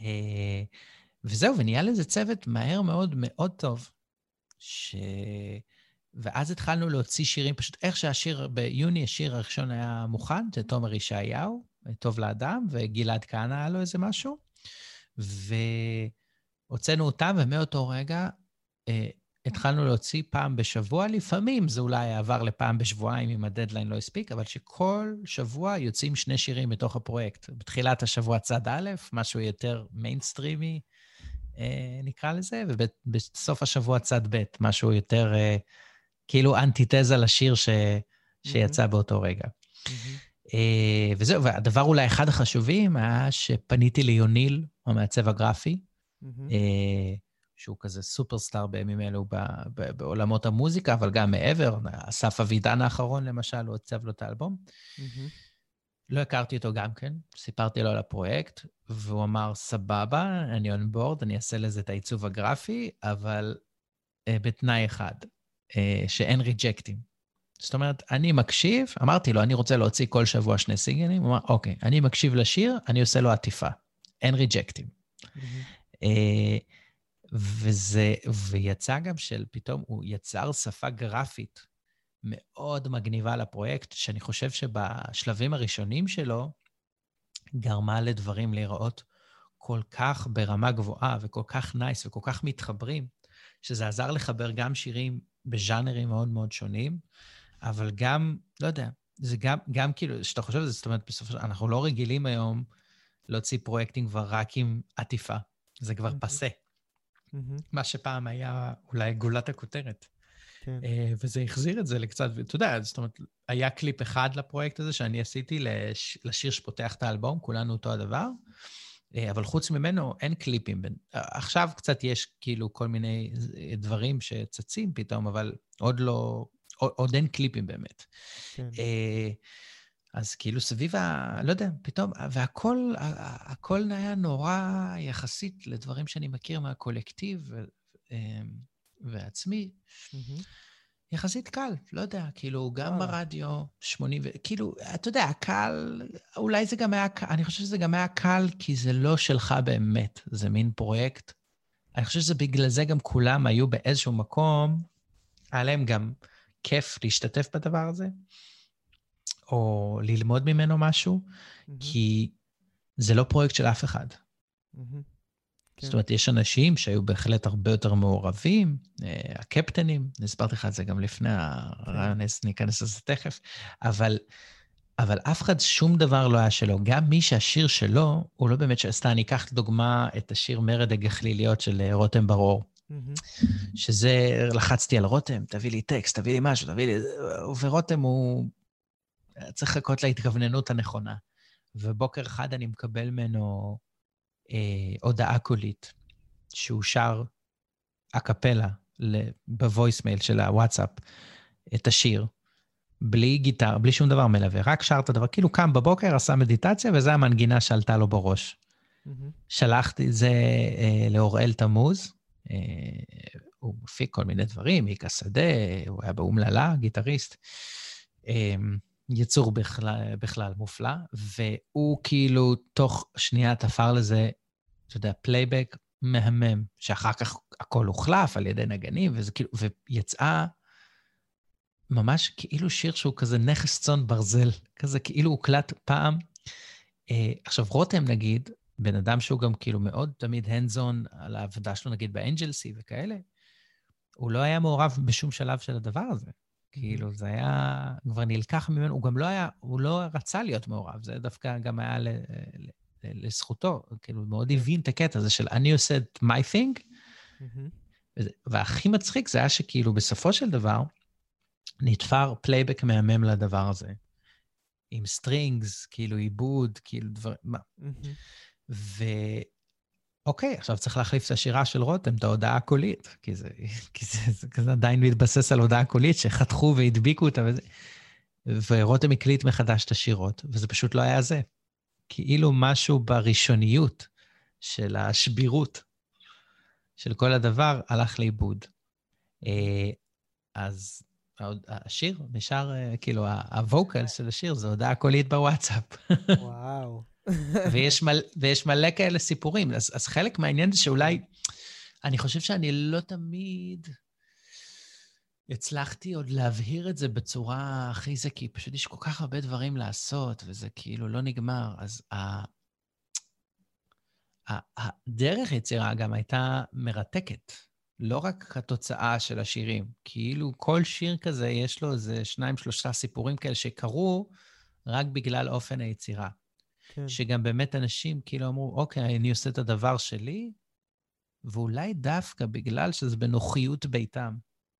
וזהו, ונהיה לזה צוות מהר מאוד מאוד טוב, ואז התחלנו להוציא שירים, פשוט איך שהשיר, ביוני השיר הראשון היה מוכן, זה תומר ישעיהו, טוב לאדם, וגלעד כהנא היה לו איזה משהו, והוצאנו אותם, ומאותו רגע התחלנו להוציא פעם בשבוע, לפעמים זה אולי עבר לפעם בשבועיים, אם הדדליין לא הספיק, אבל שכל שבוע יוצאים 2 שירים מתוך הפרויקט. בתחילת השבוע צד א', משהו יותר מיינסטרימי, נקרא לזה, ובסוף השבוע צד ב', משהו יותר כאילו אנטיתזה לשיר שיצא באותו רגע. וזהו, והדבר אולי אחד החשובים היה שפניתי ליוניל, המעצב הגרפי, שהוא כזה סופרסטאר בימים אלו בעולמות המוזיקה, אבל גם מעבר, אסף אבידן האחרון למשל, הוא עוצב לו את האלבום. לא הכרתי אותו גם כן, סיפרתי לו על הפרויקט, והוא אמר, סבבה, אני on board, אני אעשה לזה את העיצוב הגרפי, אבל בתנאי אחד, שאין ריג'קטים. זאת אומרת, אני מקשיב, אמרתי לו, אני רוצה להוציא כל שבוע 2 סינגלים, הוא אמר, אוקיי, אני מקשיב לשיר, אני עושה לו עטיפה, אין ריג'קטים. ויצא גם פתאום הוא יצר שפה גרפית מאוד מגניבה לפרויקט, שאני חושב שבשלבים הראשונים שלו, גרמה לדברים להיראות כל כך ברמה גבוהה, וכל כך נייס, וכל כך מתחברים, שזה עזר לחבר גם שירים בז'אנרים מאוד מאוד שונים, אבל גם, לא יודע, זה גם כאילו, שאתה חושב על זה, זאת אומרת, בסופו של דבר, אנחנו לא רגילים היום להוציא פרויקטים כבר רק עם עטיפה. זה כבר פסה. מה שפעם היה אולי גולת הכותרת. וזה החזיר את זה לקצת, ואתה יודע, זאת אומרת, היה קליפ אחד לפרויקט הזה שאני עשיתי לשיר שפותח את האלבום, כולנו אותו הדבר, אבל חוץ ממנו אין קליפים. עכשיו קצת יש כאילו כל מיני דברים שצצים פתאום, אבל עוד אין קליפים באמת. אז כאילו סביב לא יודע, פתאום, והכל היה נורא יחסית לדברים שאני מכיר מהקולקטיב ועצמי. יחסית קל, לא יודע, כאילו, גם ברדיו, 80, כאילו, אתה יודע, הקל, אולי זה גם היה קל, אני חושב שזה גם היה קל, כי זה לא שלך באמת, זה מין פרויקט. אני חושב שזה בגלל זה גם כולם היו באיזשהו מקום, היה להם גם כיף להשתתף בדבר הזה, או ללמוד ממנו משהו, כי זה לא פרויקט של אף אחד. זאת אומרת, יש אנשים שהיו בהחלט הרבה יותר מעורבים, הקפטנים, הסברתי לך את זה גם לפני הרעיון, ניכנס לזה תכף, אבל אף אחד, שום דבר לא היה שלו. גם מי שהשיר שלו, הוא לא באמת שעשתה, אני אקח דוגמה את השיר מרד הגחליליות של רותם ברור, שזה, לחצתי על רותם, תביא לי טקסט, תביא לי משהו, תביא לי... ורותם הוא צריך לחכות להתכווננות הנכונה. ובוקר אחד אני מקבל ממנו הודעה קולית, שהוא שר הקפלה בוויסמייל של הוואטסאפ, את השיר, בלי גיטר, בלי שום דבר מלווה, רק שר את הדבר, כאילו קם בבוקר, עשה מדיטציה, וזה המנגינה שעלתה לו בראש. שלחתי את זה לאוראל תמוז, הוא מפיק כל מיני דברים, מיקה שדה, הוא היה באומללה, גיטריסט, יצור בכלל מופלא, והוא כאילו תוך שנייה תפר לזה, אתה יודע, פלייבק מהמם, שאחר כך הכל הוחלף על ידי נגנים, וזה כאילו, ויצאה ממש כאילו שיר שהוא כזה נכס צאן ברזל, כזה כאילו הוקלט פעם. עכשיו רותם נגיד, בן אדם שהוא גם כאילו מאוד תמיד הנדזון על העבודה שלו, נגיד באנג'לסי וכאלה, הוא לא היה מעורב בשום שלב של הדבר הזה. כאילו זה היה, כבר נלקח ממנו, הוא גם לא היה, הוא לא רצה להיות מעורב, זה דווקא גם היה לזכותו, כאילו מאוד הבין את הקטע הזה של אני עושה את my thing, והכי מצחיק זה היה שכאילו בסופו של דבר, נתפר פלייבק מהמם לדבר הזה, עם סטרינגס, כאילו עיבוד, כאילו דבר, מה. אוקיי, עכשיו צריך להחליף את השירה של רותם, את ההודעה הקולית, כי זה עדיין מתבסס על הודעה קולית, שחתכו והדביקו אותה וזה. ורותם הקליט מחדש את השירות, וזה פשוט לא היה זה. כאילו משהו בראשוניות של השבירות של כל הדבר הלך לאיבוד. אז השיר נשאר, כאילו, הווקל של השיר, זה הודעה קולית בוואטסאפ. וואו. ויש מלא כאלה סיפורים. אז חלק מהעניין זה שאולי, אני חושב שאני לא תמיד הצלחתי עוד להבהיר את זה בצורה הכי זה, כי פשוט יש כל כך הרבה דברים לעשות, וזה כאילו לא נגמר. אז הדרך יצירה גם הייתה מרתקת. לא רק התוצאה של השירים, כאילו כל שיר כזה יש לו איזה 2-3 סיפורים כאלה שקרו רק בגלל אופן היצירה. כן. שגם באמת אנשים כאילו אמרו, אוקיי, אני עושה את הדבר שלי, ואולי דווקא בגלל שזה בנוחיות ביתם.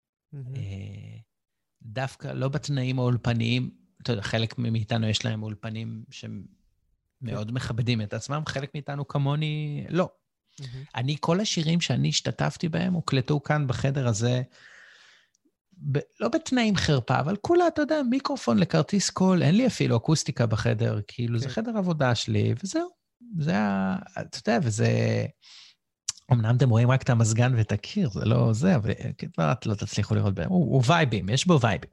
דווקא לא בתנאים האולפניים, אתה יודע, חלק מאיתנו יש להם אולפנים שהם מאוד מכבדים את עצמם, חלק מאיתנו כמוני לא. אני, כל השירים שאני השתתפתי בהם, הוקלטו כאן בחדר הזה, לא בתנאים חרפה, אבל כולה, אתה יודע, מיקרופון לכרטיס קול, אין לי אפילו אקוסטיקה בחדר, כאילו זה חדר עבודה שלי, וזהו. זה, אתה יודע, וזה... אמנם אתם רואים רק את המזגן ואת הקיר, זה לא זה, אבל לא תצליחו לראות בהם. הוא וייבים, יש בו וייבים,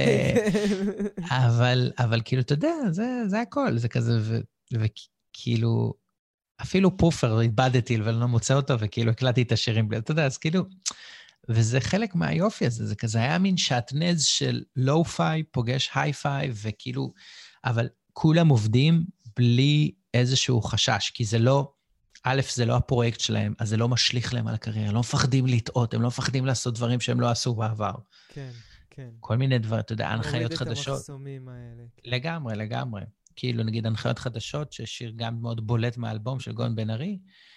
אבל כאילו, אתה יודע, זה הכל, זה כזה, וכאילו, אפילו פופר התבדתי ולא מוצא אותו, וכאילו הקלטתי את השירים, אתה יודע, אז כאילו, וזה חלק מהיופי הזה, זה כזה היה מין שעטנז של לואו-פיי, פוגש היי-פיי, וכאילו, אבל כולם עובדים בלי איזשהו חשש, כי זה לא, א', זה לא הפרויקט שלהם, אז זה לא משליך להם על הקריירה, הם לא מפחדים לטעות, הם לא מפחדים לעשות דברים שהם לא עשו בעבר. כן, כן. כל מיני דברים, אתה יודע, הנחיות חדשות. מוריד את המחסומים האלה. לגמרי, לגמרי. כאילו, נגיד, הנחיות חדשות, ששיר גם מאוד בולט מהאלבום של גאון בן ארי,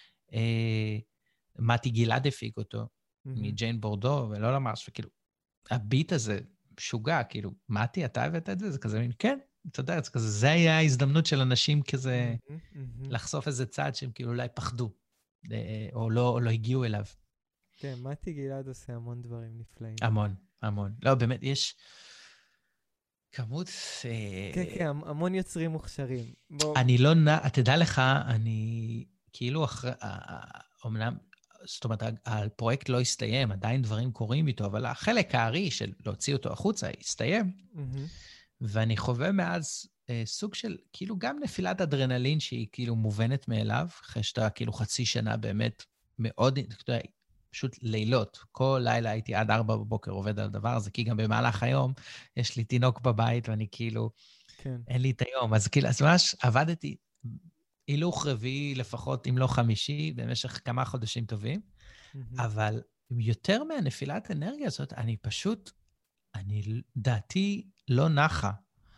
מתי גלעד הפיק אותו, מג'יין בורדו, ולא למרש, וכאילו, הביט הזה שוגע, כאילו, מתי, אתה הבאת את זה? זה כזה, כן, אתה יודע, זה כזה, זה היה ההזדמנות של אנשים כזה, לחשוף איזה צעד שהם כאילו אולי פחדו, או לא הגיעו אליו. כן, מתי גלעד עושה המון דברים נפלאים. המון, המון. לא, באמת, יש כמות... כן, כן, המון יוצרים מוכשרים. אני לא, תדע לך, אני כאילו אחרי, אמנם, זאת אומרת, הפרויקט לא הסתיים, עדיין דברים קורים איתו, אבל החלק הארי של להוציא אותו החוצה הסתיים, ואני חווה מאז סוג של, כאילו גם נפילת אדרנלין שהיא כאילו מובנת מאליו, אחרי שאתה כאילו חצי שנה באמת מאוד, אתה יודע, פשוט לילות. כל לילה הייתי עד 4 בבוקר עובד על הדבר הזה, כי גם במהלך היום יש לי תינוק בבית, ואני כאילו, כן. אין לי את היום. אז כאילו, אז ממש עבדתי הילוך רביעי לפחות, אם לא חמישי, במשך כמה חודשים טובים, אבל יותר מהנפילת אנרגיה הזאת, אני פשוט, דעתי לא נחה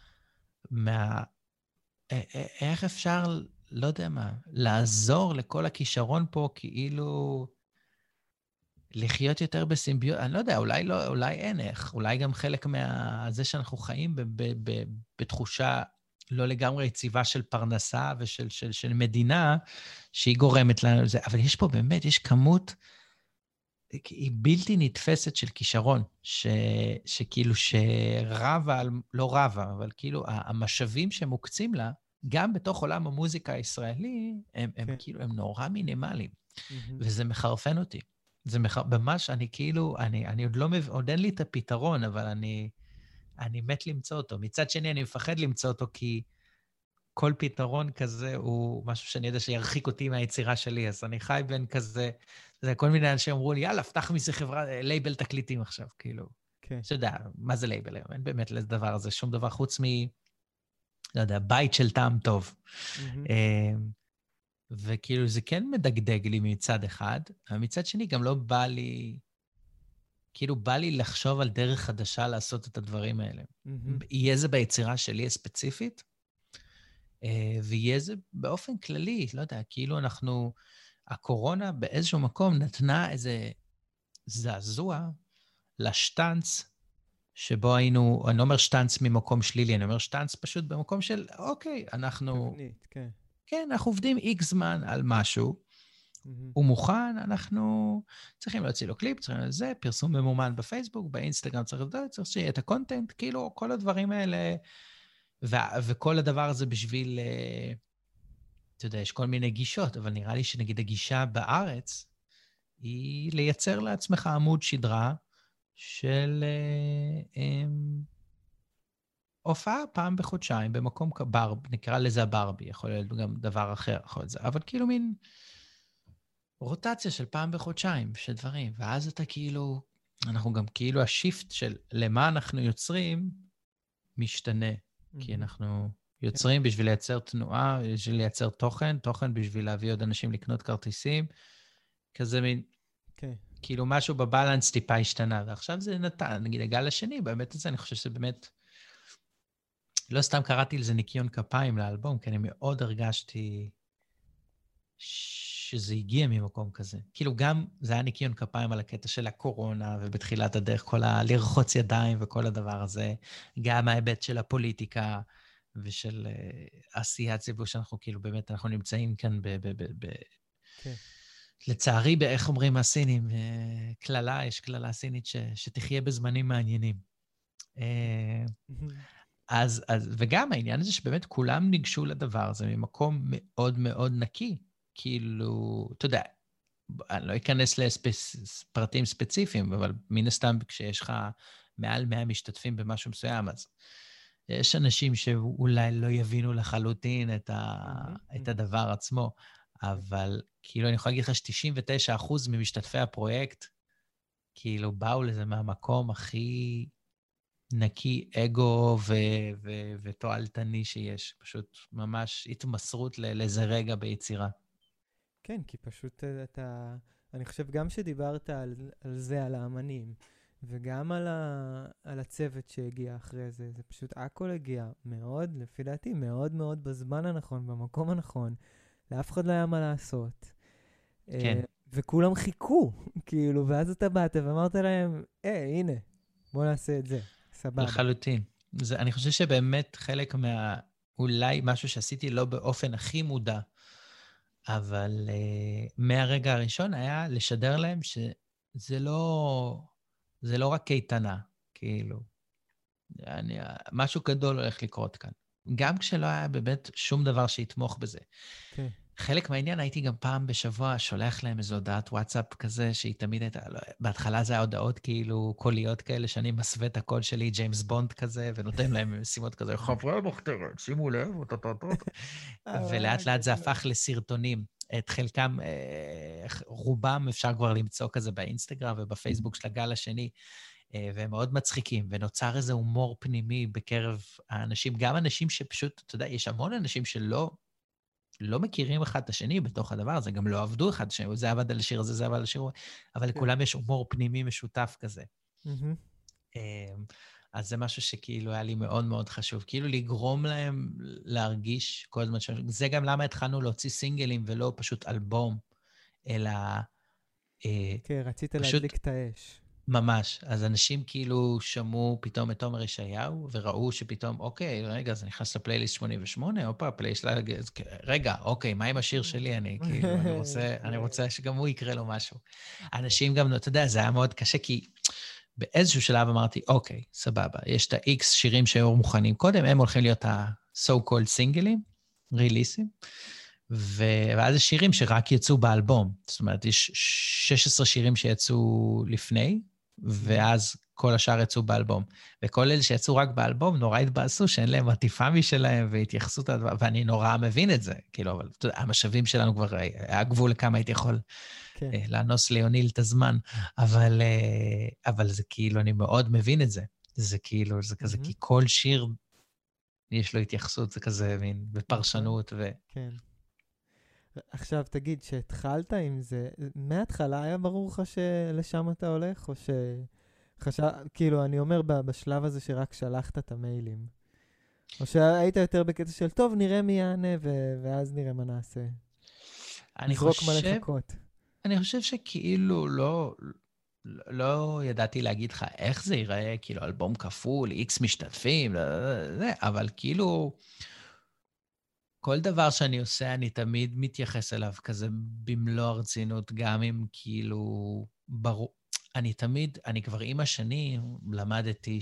איך אפשר, לא יודע מה, לעזור לכל הכישרון פה, כאילו לחיות יותר בסימביוזה, אני לא יודע, אולי אין איך, אולי גם חלק זה שאנחנו חיים בתחושה לא לגמרי יציבה של פרנסה של מדינה, שהיא גורמת לנו לזה, אבל יש פה באמת, יש כמות, היא בלתי נתפסת של כישרון, שכאילו שרבה, לא רבה, אבל כאילו המשאבים שמוקצים לה, גם בתוך עולם המוזיקה הישראלי, הם כאילו, הם נורא מינימליים, וזה מחרפן אותי. זה ממש, אני כאילו, אני עוד אין לי את הפתרון, אבל אני מת למצוא אותו. מצד שני, אני מפחד למצוא אותו, כי כל פתרון כזה הוא משהו שאני יודע שירחיק אותי מהיצירה שלי, אז אני חי בין כזה, זה כל מיני אנשים אמרו לי, יאללה, פתח מזה חברה, לייבל תקליטים עכשיו, כאילו. אתה יודע, מה זה לייבל היום? אין באמת לדבר הזה, שום דבר חוץ לא יודע, בית של טעם טוב. וכאילו זה כן מדגדג לי מצד אחד, אבל מצד שני גם לא בא לי, כאילו בא לי לחשוב על דרך חדשה לעשות את הדברים האלה. יהיה זה ביצירה שלי הספציפית, ויהיה זה באופן כללי, לא יודע, כאילו הקורונה באיזשהו מקום נתנה איזה זעזוע לשטנץ, שבו היינו, אני לא אומר שטנץ ממקום שלילי, אני אומר שטנץ פשוט במקום של, אוקיי, אנחנו... תבנית, כן. כן, אנחנו עובדים איקס זמן על משהו, הוא מוכן, אנחנו צריכים להוציא לו קליפ, צריכים לזה, פרסום ממומן בפייסבוק, באינסטגרם צריך שיהיה את הקונטנט, כאילו כל הדברים האלה, וכל הדבר הזה בשביל, אתה יודע, יש כל מיני גישות, אבל נראה לי שנגיד הגישה בארץ, היא לייצר לעצמך עמוד שדרה של הופעה פעם בחודשיים במקום נקרא לזה הברבי, יכול להיות גם דבר אחר, יכול להיות זה, אבל כאילו מין רוטציה של פעם בחודשיים, של דברים, ואז אתה כאילו, אנחנו גם כאילו השיפט של למה אנחנו יוצרים משתנה, כי אנחנו יוצרים בשביל לייצר תנועה, בשביל לייצר תוכן בשביל להביא עוד אנשים לקנות כרטיסים, כזה מין, כאילו משהו בבלנס טיפה השתנה, ועכשיו זה נתן, נגיד הגל השני, באמת הזה, אני חושב שזה באמת, לא סתם קראתי לזה ניקיון כפיים לאלבום, כי אני מאוד הרגשתי שזה הגיע ממקום כזה. כאילו גם זה היה ניקיון כפיים על הקטע של הקורונה, ובתחילת הדרך כל לרחוץ ידיים וכל הדבר הזה, גם ההיבט של הפוליטיקה ושל עשיית ציבור, שאנחנו כאילו באמת, אנחנו נמצאים כאן לצערי, באיך אומרים הסינים, יש כללה סינית שתחיה בזמנים מעניינים. וגם העניין הזה שבאמת כולם ניגשו לדבר הזה ממקום מאוד מאוד נקי. כאילו, אתה יודע, אני לא אכנס לפרטים ספציפיים, אבל מן הסתם כשיש לך מעל 100 משתתפים במשהו מסוים, אז יש אנשים שאולי לא יבינו לחלוטין את הדבר עצמו, אבל כאילו אני יכול להגיד לך ש99% ממשתתפי הפרויקט, כאילו באו לזה מהמקום הכי נקי אגו ותועלתני שיש. פשוט ממש התמסרות לאיזה רגע ביצירה. כן, כי פשוט אני חושב גם שדיברת על זה, על האמנים, וגם על הצוות שהגיע אחרי זה, זה פשוט הכל הגיע מאוד, לפי דעתי, מאוד מאוד בזמן הנכון, במקום הנכון, לאף אחד לא היה מה לעשות. כן. וכולם חיכו, כאילו, ואז אתה באת ואמרת להם, הנה, בוא נעשה את זה, סבבה. לחלוטין. אני חושב שבאמת חלק אולי משהו שעשיתי לא באופן הכי מודע, אבל מהרגע הראשון היה לשדר להם שזה לא רק קייטנה, כאילו. משהו גדול הולך לקרות כאן. גם כשלא היה באמת שום דבר שיתמוך בזה. כן. חלק מהעניין, הייתי גם פעם בשבוע שולח להם איזו הודעת וואטסאפ כזה, שהיא תמיד הייתה, בהתחלה זה היה הודעות כאילו קוליות כאלה, שאני מסווה את הקול שלי, ג'יימס בונד כזה, ונותן להם משימות כזה, חברי המחתרת, שימו לב, ולאט לאט זה הפך לסרטונים. את חלקם, רובם אפשר כבר למצוא כזה באינסטגרם ובפייסבוק של הגל השני, והם מאוד מצחיקים, ונוצר איזה הומור פנימי בקרב האנשים, גם אנשים שפשוט, אתה יודע, יש המון אנשים שלא מכירים אחד את השני בתוך הדבר הזה, גם לא עבדו אחד את השני, זה עבד על השיר הזה, זה עבד על השיר, אבל לכולם יש הומור פנימי משותף כזה. אז זה משהו שכאילו היה לי מאוד מאוד חשוב, כאילו לגרום להם להרגיש כל הזמן, זה גם למה התחלנו להוציא סינגלים ולא פשוט אלבום, אלא כן, רצית להדליק את האש. ממש. אז אנשים כאילו שמעו פתאום את תומר ישעיהו, וראו שפתאום, אוקיי, רגע, זה נכנס לפלייליסט 88, הופה, פלייליסט, רגע, אוקיי, מה עם השיר שלי? אני כאילו, אני רוצה שגם הוא יקרה לו משהו. אנשים גם, אתה יודע, זה היה מאוד קשה, כי באיזשהו שלב אמרתי, אוקיי, סבבה, יש את ה-X שירים שהיו מוכנים קודם, הם הולכים להיות ה-so-called סינגלים, ריליסים, ואז יש שירים שרק יצאו באלבום. זאת אומרת, יש 16 שירים שיצאו לפני, ואז כל השאר יצאו באלבום. וכל אלה שיצאו רק באלבום, נורא התבאסו שאין להם עטיפה משלהם והתייחסות, ואני נורא מבין את זה. כאילו, אבל המשאבים שלנו כבר היה גבול לכמה הייתי יכול לאנוס ליוניל את הזמן. אבל זה כאילו, אני מאוד מבין את זה. זה כאילו, זה כזה, כי כל שיר יש לו התייחסות, זה כזה מין בפרשנות כן. עכשיו תגיד, שהתחלת עם זה, מההתחלה היה ברור לך שלשם אתה הולך, או כאילו, אני אומר בשלב הזה שרק שלחת את המיילים, או שהיית יותר בקטע של, טוב, נראה מי יענה, ואז נראה מה נעשה. נזרוק מה לחכות. אני חושב שכאילו לא ידעתי להגיד לך איך זה ייראה, כאילו, אלבום כפול, X משתתפים, אבל כאילו, כל דבר שאני עושה, אני תמיד מתייחס אליו כזה במלוא הרצינות, גם אם כאילו, ברור, אני כבר עם השנים למדתי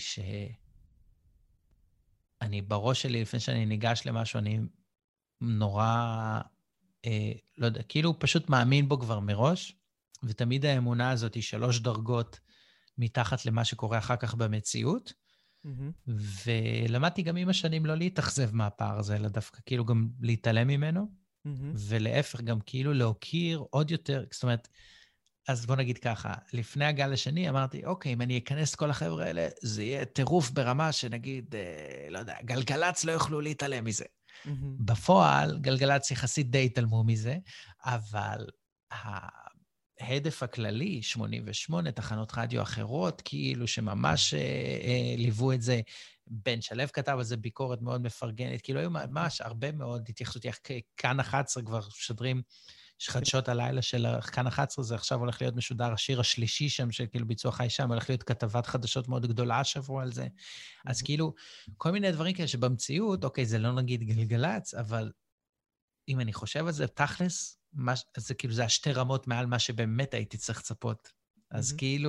שאני בראש שלי, לפני שאני ניגש למשהו, אני נורא, לא יודע, כאילו פשוט מאמין בו כבר מראש, ותמיד האמונה הזאת היא 3 דרגות מתחת למה שקורה אחר כך במציאות, ולמדתי גם עם השנים לא להתאכזב מהפער הזה, אלא דווקא כאילו גם להתעלם ממנו, ולהפך גם כאילו להוקיר עוד יותר, זאת אומרת, אז בוא נגיד ככה, לפני הגל השני אמרתי, אוקיי, אם אני אכנס את כל החבר'ה האלה, זה יהיה טירוף ברמה שנגיד, לא יודע, גלגלץ לא יוכלו להתעלם מזה. בפועל, גלגלץ יחסית די התעלמו מזה, אבל ההדף הכללי, 88 תחנות רדיו אחרות, כאילו שממש ליוו את זה, בן שלב כתב על זה ביקורת מאוד מפרגנת, כאילו היו ממש הרבה מאוד התייחסות, כאן 11 כבר שדרים, חדשות הלילה של כאן 11, זה עכשיו הולך להיות משודר השיר השלישי שם, שכאילו ביצוע חי שם, הולך להיות כתבת חדשות מאוד גדולה שבוע על זה. אז כאילו, כל מיני דברים כאלה שבמציאות, אוקיי, זה לא נגיד גלגלץ, אבל אם אני חושב על זה, תכלס, זה כאילו, זה 2 רמות מעל מה שבאמת הייתי צריך לצפות. אז כאילו,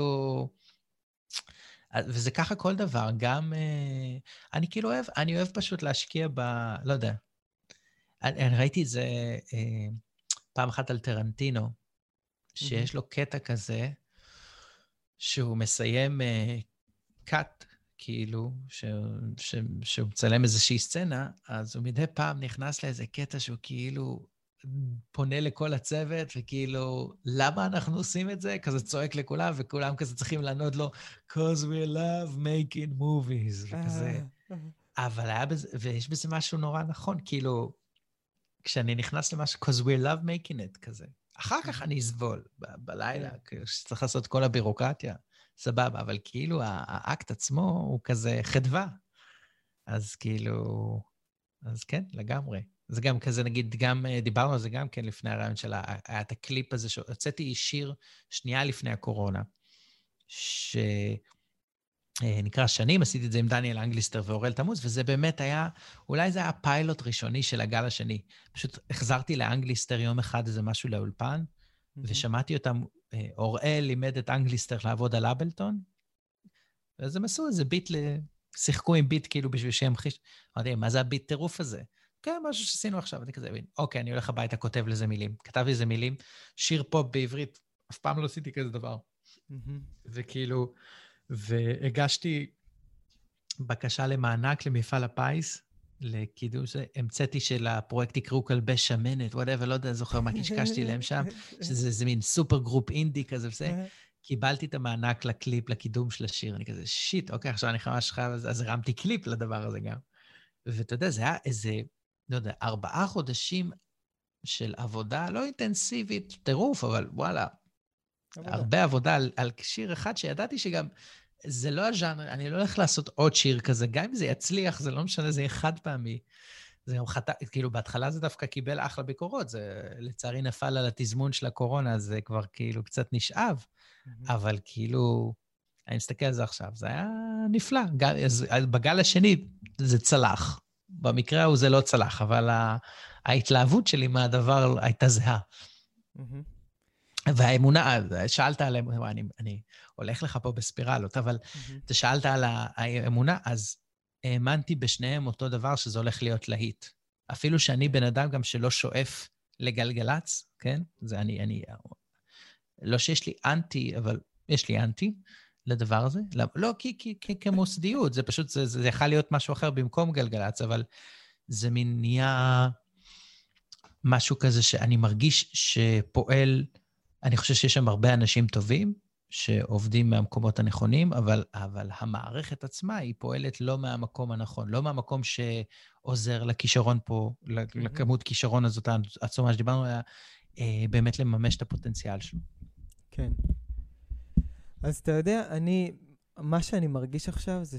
וזה ככה כל דבר, גם, אני כאילו אני אוהב פשוט להשקיע לא יודע, אני ראיתי את זה, פעם אחת על טרנטינו, שיש לו קטע כזה, שהוא מסיים קאט, כאילו, שהוא מצלם איזושהי סצנה, אז הוא מדי פעם נכנס לאיזה קטע שהוא כאילו פונה לכל הצוות, וכאילו, למה אנחנו עושים את זה? כזה צועק לכולם, וכולם כזה צריכים לענות לו, cause we love making movies, וכזה. אבל היה בזה, ויש בזה משהו נורא נכון, כאילו, כשאני נכנס למשהו, cause we love making it, כזה. אחר כך אני אסבול בלילה, כשצריך לעשות כל הבירוקרטיה, סבבה, אבל כאילו האקט עצמו הוא כזה חדווה. אז כאילו, אז כן, לגמרי. זה גם כזה, נגיד, גם דיברנו על זה גם כן לפני הרעיון שלה, היה את הקליפ הזה, שהוצאתי שיר שנייה לפני הקורונה, נקרא שנים, עשיתי את זה עם דניאל אנגליסטר ואורל תמוז, וזה באמת היה, אולי זה היה פיילוט ראשוני של הגל השני. פשוט החזרתי לאנגליסטר יום אחד איזה משהו לאולפן, ושמעתי אותם, אוראל לימד את אנגליסטר לעבוד על אבלטון, אז הם עשו איזה ביט, שיחקו עם ביט כאילו בשביל שימחיש. אמרתי, מה זה הביט טירוף הזה? כן, משהו שעשינו עכשיו, אני כזה, אוקיי, אני הולך הביתה, כותב לזה מילים. כתב לזה מילים, שיר פופ בעברית, אף פעם לא עשיתי כזה דבר. וכאילו, והגשתי בקשה למענק למפעל הפיס, לקידום שהמצאתי של הפרויקט יקראו כלבי שמנת, whatever, לא יודע, זוכר מה קשקשתי להם שם, שזה מין סופר גרופ אינדי כזה וזה. קיבלתי את המענק לקליפ, לקידום של השיר, אני כזה, שיט, אוקיי, עכשיו אני ממש חייב, אז הרמתי קליפ לדבר הזה גם. ואתה יודע, זה היה איזה, לא יודע, 4 חודשים של עבודה לא אינטנסיבית, טירוף, אבל וואלה, הרבה עבודה על שיר אחד שידעתי שגם, זה לא הז'אנר, אני לא הולך לעשות עוד שיר כזה, גם אם זה יצליח, זה לא משנה, זה יהיה חד פעמי. זה גם כאילו, בהתחלה זה דווקא קיבל אחלה ביקורות, זה לצערי נפל על התזמון של הקורונה, זה כבר כאילו קצת נשאב, אבל כאילו, אני מסתכל על זה עכשיו, זה היה נפלא. בגל השני זה צלח. במקרה ההוא זה לא צלח, אבל ההתלהבות שלי מהדבר הייתה זהה. והאמונה, שאלת על האמונה, אני הולך לך פה בספירלות, אבל אתה שאלת על האמונה, אז האמנתי בשניהם אותו דבר שזה הולך להיות להיט. אפילו שאני בן אדם גם שלא שואף לגלגלץ, כן? זה אני לא שיש לי אנטי, אבל יש לי אנטי לדבר הזה. לא, כי כמוסדיות, זה פשוט, זה יכול להיות משהו אחר במקום גלגלץ, אבל זה מין נהיה משהו כזה שאני מרגיש שפועל, אני חושב שיש שם הרבה אנשים טובים, שעובדים מהמקומות הנכונים, אבל המערכת עצמה היא פועלת לא מהמקום הנכון, לא מהמקום שעוזר לכישרון פה, לכמות כישרון הזאת העצומה שדיברנו עליה, באמת לממש את הפוטנציאל שלו. כן. אז אתה יודע, מה שאני מרגיש עכשיו זה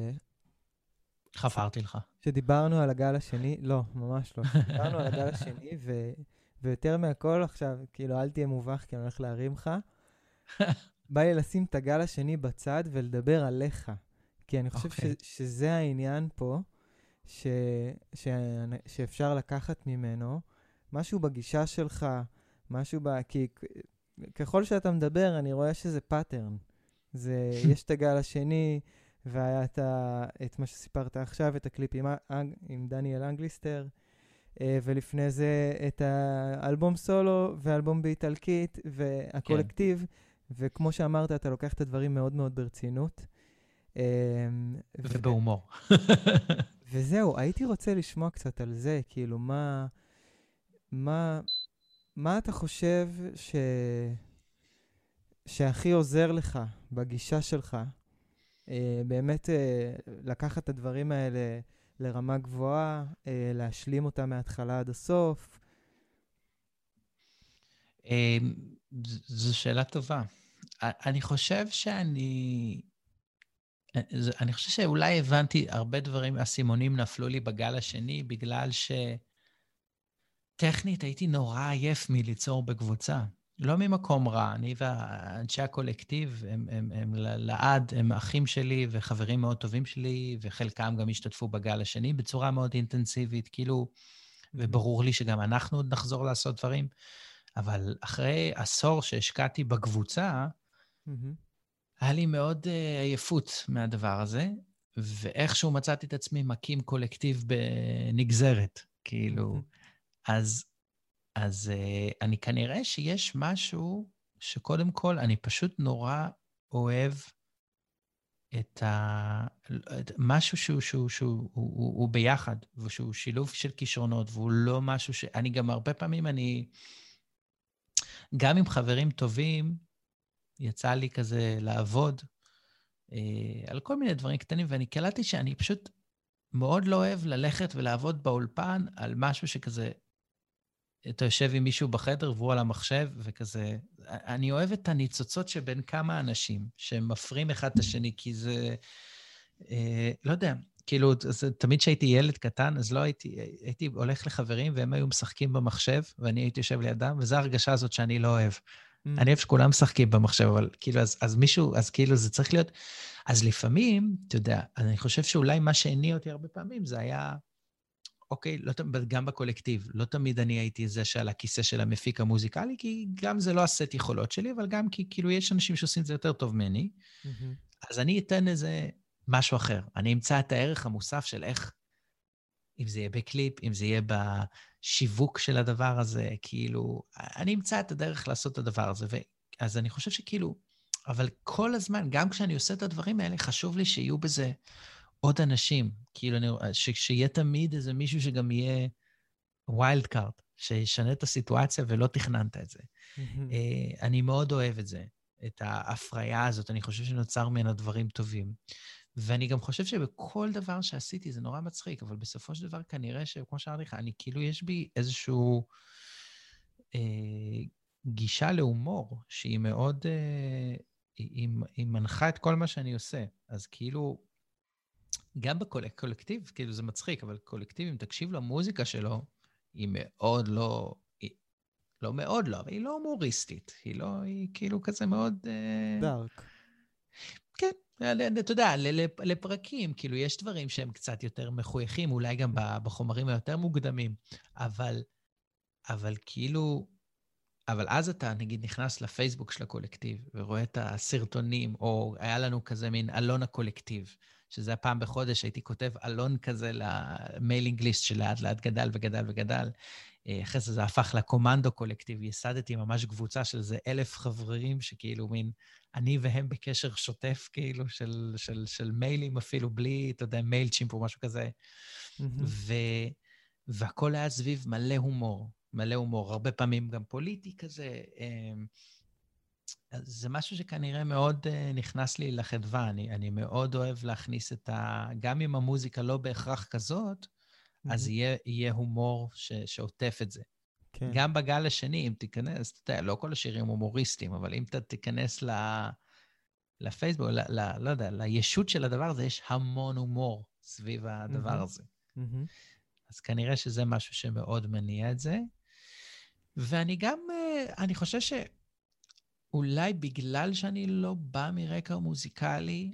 חפרתי לך. שדיברנו על הגל השני, לא, ממש לא. דיברנו על הגל השני, ויותר מהכל עכשיו, כאילו, אל תהיה מובך, כי אני הולך להרים לך. בא לי לשים את הגל השני בצד ולדבר עליך. כי אני חושב שזה העניין פה, שאפשר לקחת ממנו, משהו בגישה שלך, משהו כי ככל שאתה מדבר, אני רואה שזה פאטרן. יש את הגל השני, והיה את מה שסיפרת עכשיו, את הקליפ עם דניאל אנגליסטר, ולפני זה את האלבום סולו, ואלבום באיטלקית, והקולקטיב, וכמו שאמרת, אתה לוקח את הדברים מאוד מאוד ברצינות. ובהומור. וזהו, הייתי רוצה לשמוע קצת על זה, כאילו, מה אתה חושב שהכי עוזר לך בגישה שלך, באמת לקחת את הדברים האלה לרמה גבוהה, להשלים אותם מההתחלה עד הסוף? זו שאלה טובה. אני חושב אני חושב שאולי הבנתי הרבה דברים, הסימונים נפלו לי בגל השני, בגלל טכנית הייתי נורא עייף מליצור בקבוצה. לא ממקום רע, אני ואנשי הקולקטיב הם לעד, הם אחים שלי וחברים מאוד טובים שלי, וחלקם גם השתתפו בגל השני בצורה מאוד אינטנסיבית, כאילו, וברור לי שגם אנחנו עוד נחזור לעשות דברים, אבל אחרי עשור שהשקעתי בקבוצה, היה לי מאוד עייפות מהדבר הזה, ואיכשהו מצאתי את עצמי מקים קולקטיב בנגזרת, כאילו, אז אני כנראה שיש משהו שקודם כל אני פשוט נורא אוהב את משהו שהוא ביחד, ושהוא שילוב של כישרונות, והוא לא משהו אני גם הרבה פעמים גם עם חברים טובים, יצא לי כזה לעבוד על כל מיני דברים קטנים, ואני קלטתי שאני פשוט מאוד לא אוהב ללכת ולעבוד באולפן על משהו שכזה, אתה יושב עם מישהו בחדר והוא על המחשב וכזה, אני אוהב את הניצוצות שבין כמה אנשים שמפרים אחד את השני, כי זה, לא יודע, כאילו, תמיד שהייתי ילד קטן, אז לא הייתי הולך לחברים והם היו משחקים במחשב, ואני הייתי יושב לידם, וזו ההרגשה הזאת שאני לא אוהב. אני אוהב שכולם משחקים במחשב, אבל כאילו, אז מישהו, אז כאילו זה צריך להיות, אז לפעמים, אתה יודע, אני חושב שאולי מה שהניע אותי הרבה פעמים, זה היה, אוקיי, גם בקולקטיב, לא תמיד אני הייתי זה שעל הכיסא של המפיק המוזיקלי, כי גם זה לא הסט יכולות שלי, אבל גם כי כאילו יש אנשים שעושים את זה יותר טוב ממני, אז אני אתן איזה משהו אחר. אני אמצא את הערך המוסף של איך, אם זה יהיה בקליפ, אם זה יהיה בשיווק של הדבר הזה, כאילו, אני אמצא את הדרך לעשות את הדבר הזה. אז אני חושב שכאילו, אבל כל הזמן, גם כשאני עושה את הדברים האלה, חשוב לי שיהיו בזה עוד אנשים. כאילו, שיהיה תמיד איזה מישהו שגם יהיה ווילד קארד, שישנה את הסיטואציה ולא תכננת את זה. אני מאוד אוהב את זה, את ההפריה הזאת. אני חושב שנוצר ממנה דברים טובים. ואני גם חושב שבכל דבר שעשיתי זה נורא מצחיק, אבל בסופו של דבר כנראה שכמו שאמרתי לך, אני כאילו יש בי איזשהו גישה להומור, שהיא מאוד, היא מנחה את כל מה שאני עושה. אז כאילו, גם בקולקטיב, כאילו זה מצחיק, אבל קולקטיב, אם תקשיב למוזיקה שלו, היא מאוד לא, לא מאוד לא, אבל היא לא הומוריסטית. היא לא, היא כאילו כזה מאוד... דארק. כן, אתה יודע, לפרקים, כאילו יש דברים שהם קצת יותר מחויכים, אולי גם בחומרים היותר מוקדמים, אבל כאילו, אבל אז אתה נגיד נכנס לפייסבוק של הקולקטיב, ורואה את הסרטונים, או היה לנו כזה מין אלון הקולקטיב, שזה הפעם בחודש הייתי כותב אלון כזה למיילינג ליסט שלאט לאט גדל וגדל וגדל, אחרי זה הפך לקומנדו קולקטיב, יסדתי ממש קבוצה של זה 1,000 חברים שכאילו מין, אני והם בקשר שוטף כאילו של מיילים אפילו בלי, אתה יודע, מייל צ'ימפ או משהו כזה. והכל היה סביב מלא הומור, מלא הומור, הרבה פעמים גם פוליטי כזה. זה משהו שכנראה מאוד נכנס לי לחדווה, אני מאוד אוהב להכניס גם אם המוזיקה לא בהכרח כזאת, אז יהיה הומור שעוטף את זה. כן. גם בגל השני, אם תיכנס, אתה יודע, לא כל השירים הומוריסטיים, אבל אם אתה תיכנס לפייסבוק, לא יודע, לישות של הדבר הזה, יש המון הומור סביב הדבר הזה. אז כנראה שזה משהו שמאוד מניע את זה. ואני גם, אני חושב שאולי בגלל שאני לא בא מרקע מוזיקלי,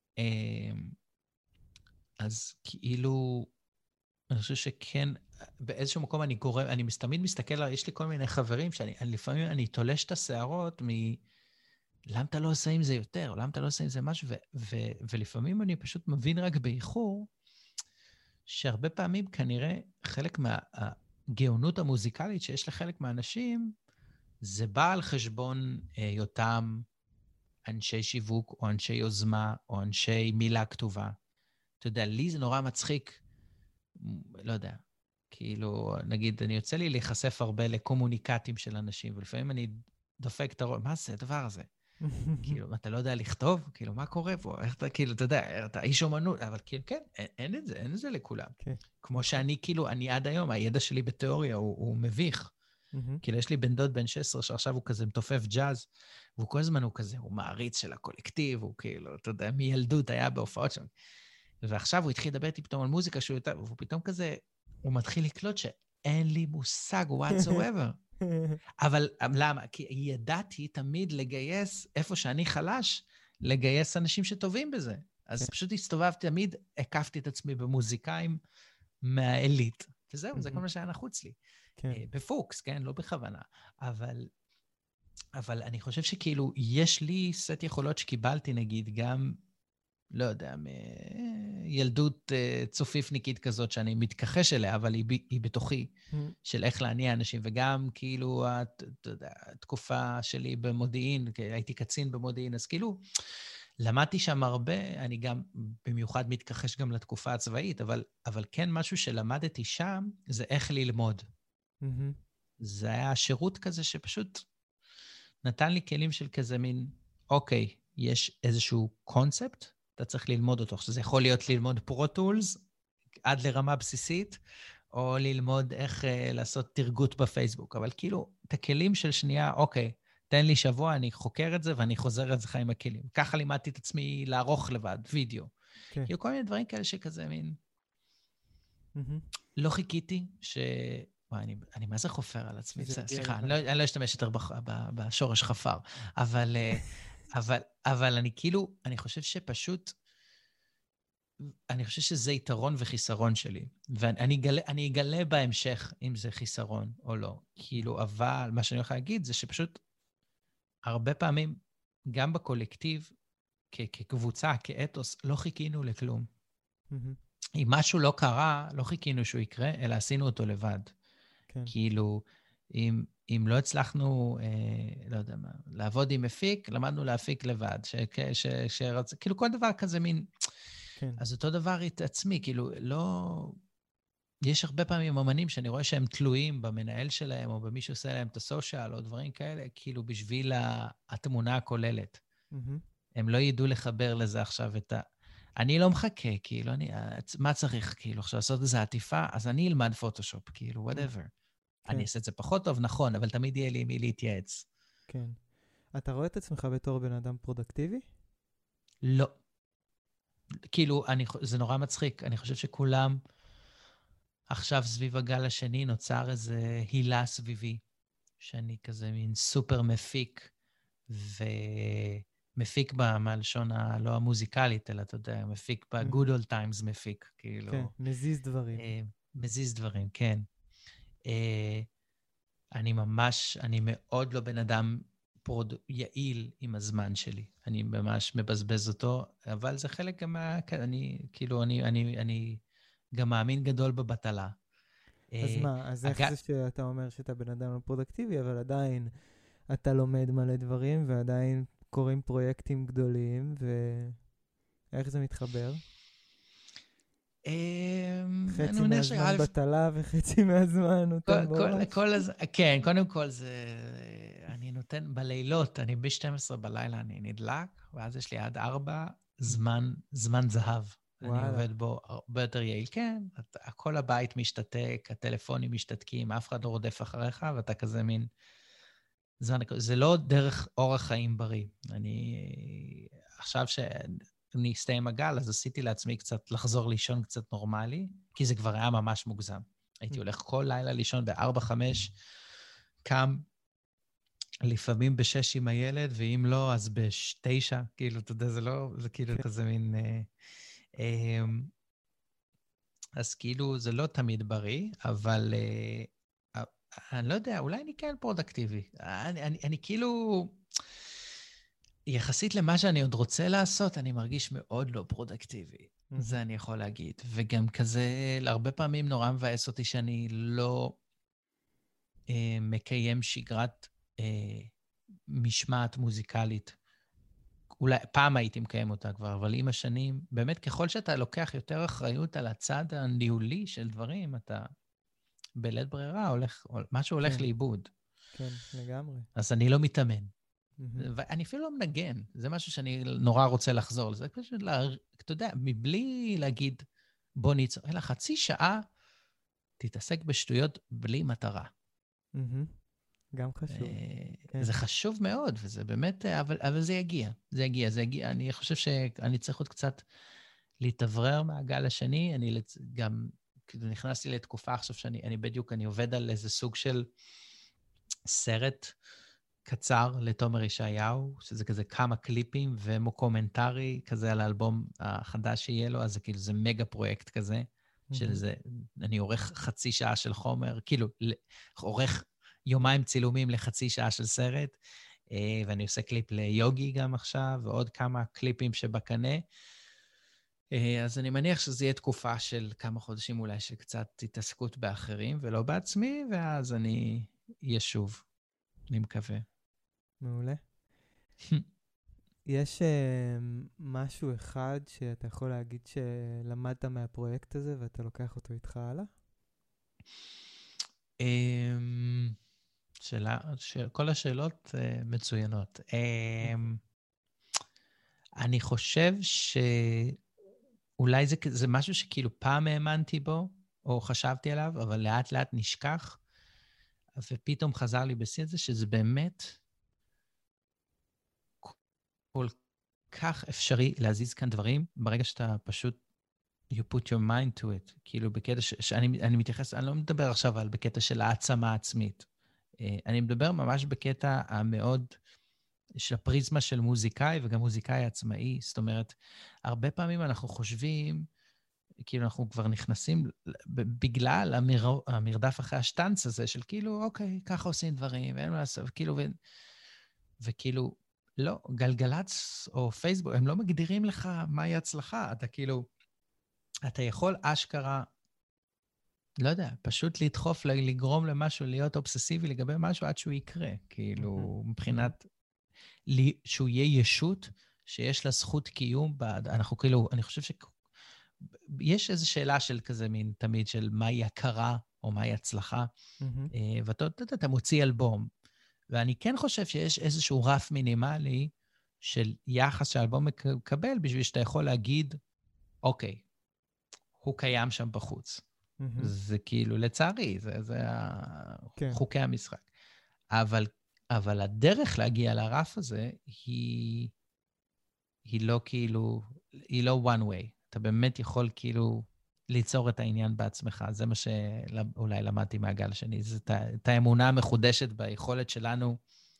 אז כאילו, אני חושב שכן, באיזשהו מקום אני תמיד מסתכל, יש לי כל מיני חברים לפעמים אני תולש את השערות למה אתה לא עושה עם זה יותר, או למה אתה לא עושה עם זה משהו, ולפעמים אני פשוט מבין רק באיחור, שהרבה פעמים כנראה חלק מהגאונות המוזיקלית שיש לחלק מהאנשים, זה בא על חשבון אותם אנשי שיווק, או אנשי יוזמה, או אנשי מילה כתובה. אתה יודע, לי זה נורא מצחיק, לא יודע, כאילו, נגיד, אני יוצא לי להיחשף הרבה לקומוניקטים של אנשים, ולפעמים אני דופק את הראש, מה זה הדבר הזה? כאילו, אתה לא יודע לכתוב? כאילו, מה קורה פה? איך אתה, כאילו, אתה יודע, אתה איש אומנות, אבל כאילו, כן, אין את זה לכולם. כמו שאני, כאילו, אני עד היום, הידע שלי בתיאוריה הוא מביך. כאילו, יש לי בן דוד בן 16, שעכשיו הוא כזה מתופף ג'אז, והוא כל הזמן הוא כזה, הוא מעריץ של הקולקטיב, הוא כאילו, אתה יודע, מילדות היה בהופעות שם. ועכשיו הוא התחיל לדבר איתי פתאום על מוזיקה והוא פתאום כזה, הוא מתחיל לקלוט שאין לי מושג whatsoever. אבל למה? כי ידעתי תמיד לגייס, איפה שאני חלש, לגייס אנשים שטובים בזה. אז פשוט הסתובבתי, תמיד הקפתי את עצמי במוזיקאים מהאליט. וזהו, זה כל מה שהיה נחוץ לי. בפוקס, כן? לא בכוונה. אבל אני חושב שכאילו, יש לי סט יכולות שקיבלתי, נגיד, גם לא יודע, ילדות צופיפניקית כזאת שאני מתכחש אליה, אבל היא בתוכי, של איך להניע אנשים, וגם כאילו, אתה יודע, התקופה שלי במודיעין, הייתי קצין במודיעין, אז כאילו, למדתי שם הרבה, אני גם במיוחד מתכחש גם לתקופה הצבאית, אבל כן משהו שלמדתי שם, זה איך ללמוד. זה היה שירות כזה שפשוט נתן לי כלים של כזה מין, אוקיי, יש איזשהו קונספט, אתה צריך ללמוד אותו. שזה יכול להיות ללמוד פרו-טולס עד לרמה בסיסית, או ללמוד איך לעשות תרגות בפייסבוק. אבל כאילו, את הכלים של שנייה, אוקיי, תן לי שבוע, אני חוקר את זה, ואני חוזר את זה עם הכלים. ככה לימדתי את עצמי לערוך לבד, וידאו. כאילו, כל מיני דברים כאלה שכזה מין... לא חיכיתי אני מה זה חופר על עצמי? סליחה, אני לא אשתמש יותר בשורש חפר. אבל אני כאילו, אני חושב שפשוט, אני חושב שזה יתרון וחיסרון שלי. ואני אגלה בהמשך אם זה חיסרון או לא. כאילו, אבל מה שאני יכול להגיד זה שפשוט הרבה פעמים, גם בקולקטיב, כקבוצה, כאתוס, לא חיכינו לכלום. אם משהו לא קרה, לא חיכינו שהוא יקרה, אלא עשינו אותו לבד. כן. כאילו, אם לא הצלחנו, לא יודע מה, לעבוד עם מפיק, למדנו להפיק לבד. כאילו, כל דבר כזה מין... כן. אז אותו דבר עצמי, כאילו, לא... יש הרבה פעמים אמנים שאני רואה שהם תלויים במנהל שלהם, או במי שעושה להם את הסושיאל, או דברים כאלה, כאילו בשביל התמונה הכוללת. הם לא ידעו לחבר לזה עכשיו את ה... אני לא מחכה, כאילו, מה צריך, כאילו, עכשיו לעשות איזו עטיפה? אז אני אלמד פוטושופ, כאילו, whatever. אני אעשה את זה פחות טוב, נכון, אבל תמיד יהיה לי עם מי להתייעץ. כן. אתה רואה את עצמך בתור בן אדם פרודקטיבי? לא. כאילו, זה נורא מצחיק. אני חושב שכולם... עכשיו סביב הגל השני נוצר איזה הילה סביבי, שאני כזה מין סופר מפיק, ומפיק מהלשון הלא המוזיקלית, אלא אתה יודע, מפיק ב-good old times מפיק, כאילו. כן, מזיז דברים. מזיז דברים, כן. אני מאוד לא בן אדם יעיל עם הזמן שלי. אני ממש מבזבז אותו, אבל זה חלק גם אני גם מאמין גדול בבטלה. אז מה? אז איך זה שאתה אומר שאתה בן אדם לא פרודקטיבי, אבל עדיין אתה לומד מלא דברים, ועדיין קוראים פרויקטים גדולים, ואיך זה מתחבר? חצי מהזמן בטלה וחצי מהזמן נותן בראש. כן, קודם כל אני נותן בלילות, אני ב-12 בלילה אני נדלק, ואז יש לי עד 4 זמן זהב. אני עובד בו הרבה יותר יעיל. כן, כל הבית משתתק, הטלפונים משתתקים, אף אחד לא רודף אחריך, ואתה כזה מין... זה לא דרך אורח חיים בריא. עכשיו שאני אסתיים הגל, אז עשיתי לעצמי קצת לחזור לישון קצת נורמלי, כי זה כבר היה ממש מוגזם. הייתי הולך כל לילה לישון ב-4-5, קם לפעמים ב-6 עם הילד, ואם לא, אז ב-9, כאילו, אתה יודע, זה כאילו כזה מין... אז כאילו, זה לא תמיד בריא, אבל אני לא יודע, אולי אני כן פרודקטיבי. אני כאילו, יחסית למה שאני עוד רוצה לעשות, אני מרגיש מאוד לא פרודקטיבי. זה אני יכול להגיד. וגם כזה, הרבה פעמים נורא מבאס אותי שאני לא מקיים שגרת משמעת מוזיקלית. אולי פעם הייתי מקיים אותה כבר, אבל עם השנים, באמת ככל שאתה לוקח יותר אחריות על הצד הניהולי של דברים, אתה בלית ברירה, משהו הולך לאיבוד. כן, לגמרי. אז אני לא מתאמן. ואני אפילו לא מנגן, זה משהו שאני נורא רוצה לחזור לזה. פשוט, אתה יודע, מבלי להגיד, בוא ניצור, אלא חצי שעה, תתעסק בשטויות בלי מטרה. גם חשוב. זה חשוב מאוד, וזה באמת, אבל זה יגיע. זה יגיע. אני חושב שאני צריך עוד קצת להתאוורר מהגל השני. אני גם, נכנסתי לתקופה עכשיו אני עובד על איזה סוג של סרט קצר לתומר ישעיהו, שזה כזה כמה קליפים ומוקומנטרי כזה על האלבום החדש שיהיה לו, אז זה כאילו, זה מגה פרויקט כזה, אני עורך חצי שעה של חומר, כאילו, עורך יומיים צילומים לחצי שעה של סרט, ואני עושה קליפ ליוגי גם עכשיו, ועוד כמה קליפים שבקנה. אז אני מניח שזה יהיה תקופה של כמה חודשים אולי של קצת התעסקות באחרים, ולא בעצמי, ואז אני אהיה שוב, אני מקווה. מעולה. יש משהו אחד שאתה יכול להגיד שלמדת מהפרויקט הזה, ואתה לוקח אותו איתך הלאה? כל השאלות מצוינות. אני חושב שאולי זה משהו שכאילו פעם האמנתי בו, או חשבתי עליו, אבל לאט לאט נשכח, ופתאום חזר לי בשיא הזה, שזה באמת כל כך אפשרי להזיז כאן דברים, ברגע שאתה פשוט you put your mind to it, כאילו בקטע שאני מתייחס, אני לא מדבר עכשיו על בקטע של העצמה עצמית, אני מדבר ממש בקטע המאוד של הפריזמה של מוזיקאי, וגם מוזיקאי עצמאי, זאת אומרת, הרבה פעמים אנחנו חושבים, כאילו אנחנו כבר נכנסים, בגלל המרדף אחרי השטנץ הזה, של כאילו, אוקיי, ככה עושים דברים, ואין מה לעשות, וכאילו, לא, גלגלץ או פייסבוק, הם לא מגדירים לך מהי הצלחה, אתה כאילו, אתה יכול אשכרה, לא יודע, פשוט לדחוף, לגרום למשהו להיות אובססיבי לגבי משהו עד שהוא יקרה. כאילו, מבחינת, שהוא יהיה ישות שיש לה זכות קיום, אנחנו כאילו, אני חושב יש איזו שאלה של כזה מין תמיד של מהי הכרה או מהי הצלחה, ואתה מוציא אלבום, ואני כן חושב שיש איזשהו רף מינימלי של יחס שהאלבום מקבל בשביל שאתה יכול להגיד, אוקיי, הוא קיים שם בחוץ. זה כאילו, לצערי, זה חוקי המשחק. אבל הדרך להגיע לרף הזה היא לא כאילו, היא לא one way. אתה באמת יכול כאילו ליצור את העניין בעצמך. זה מה שאולי למדתי מהגל השני. זה את האמונה המחודשת ביכולת שלנו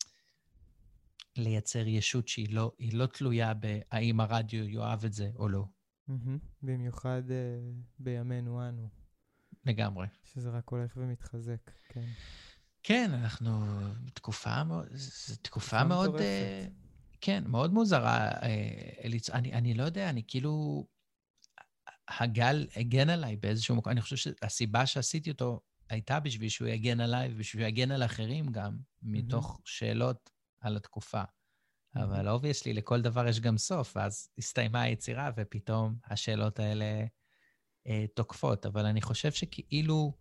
לייצר ישות שהיא לא תלויה בהאם הרדיו יאהב את זה או לא. במיוחד בימינו אנו. לגמרי. שזה רק הולך ומתחזק, כן. כן, אנחנו זו תקופה מאוד, כן, מאוד מוזרה. אני לא יודע, אני כאילו, הגל הגן עליי באיזשהו מקום, אני חושב שהסיבה שעשיתי אותו הייתה בשביל שהוא יגן עליי, ובשביל שהוא יגן על אחרים גם, מתוך שאלות על התקופה. אבל obviously לכל דבר יש גם סוף, ואז הסתיימה היצירה, ופתאום השאלות האלה תוקפות. אבל אני חושב שכאילו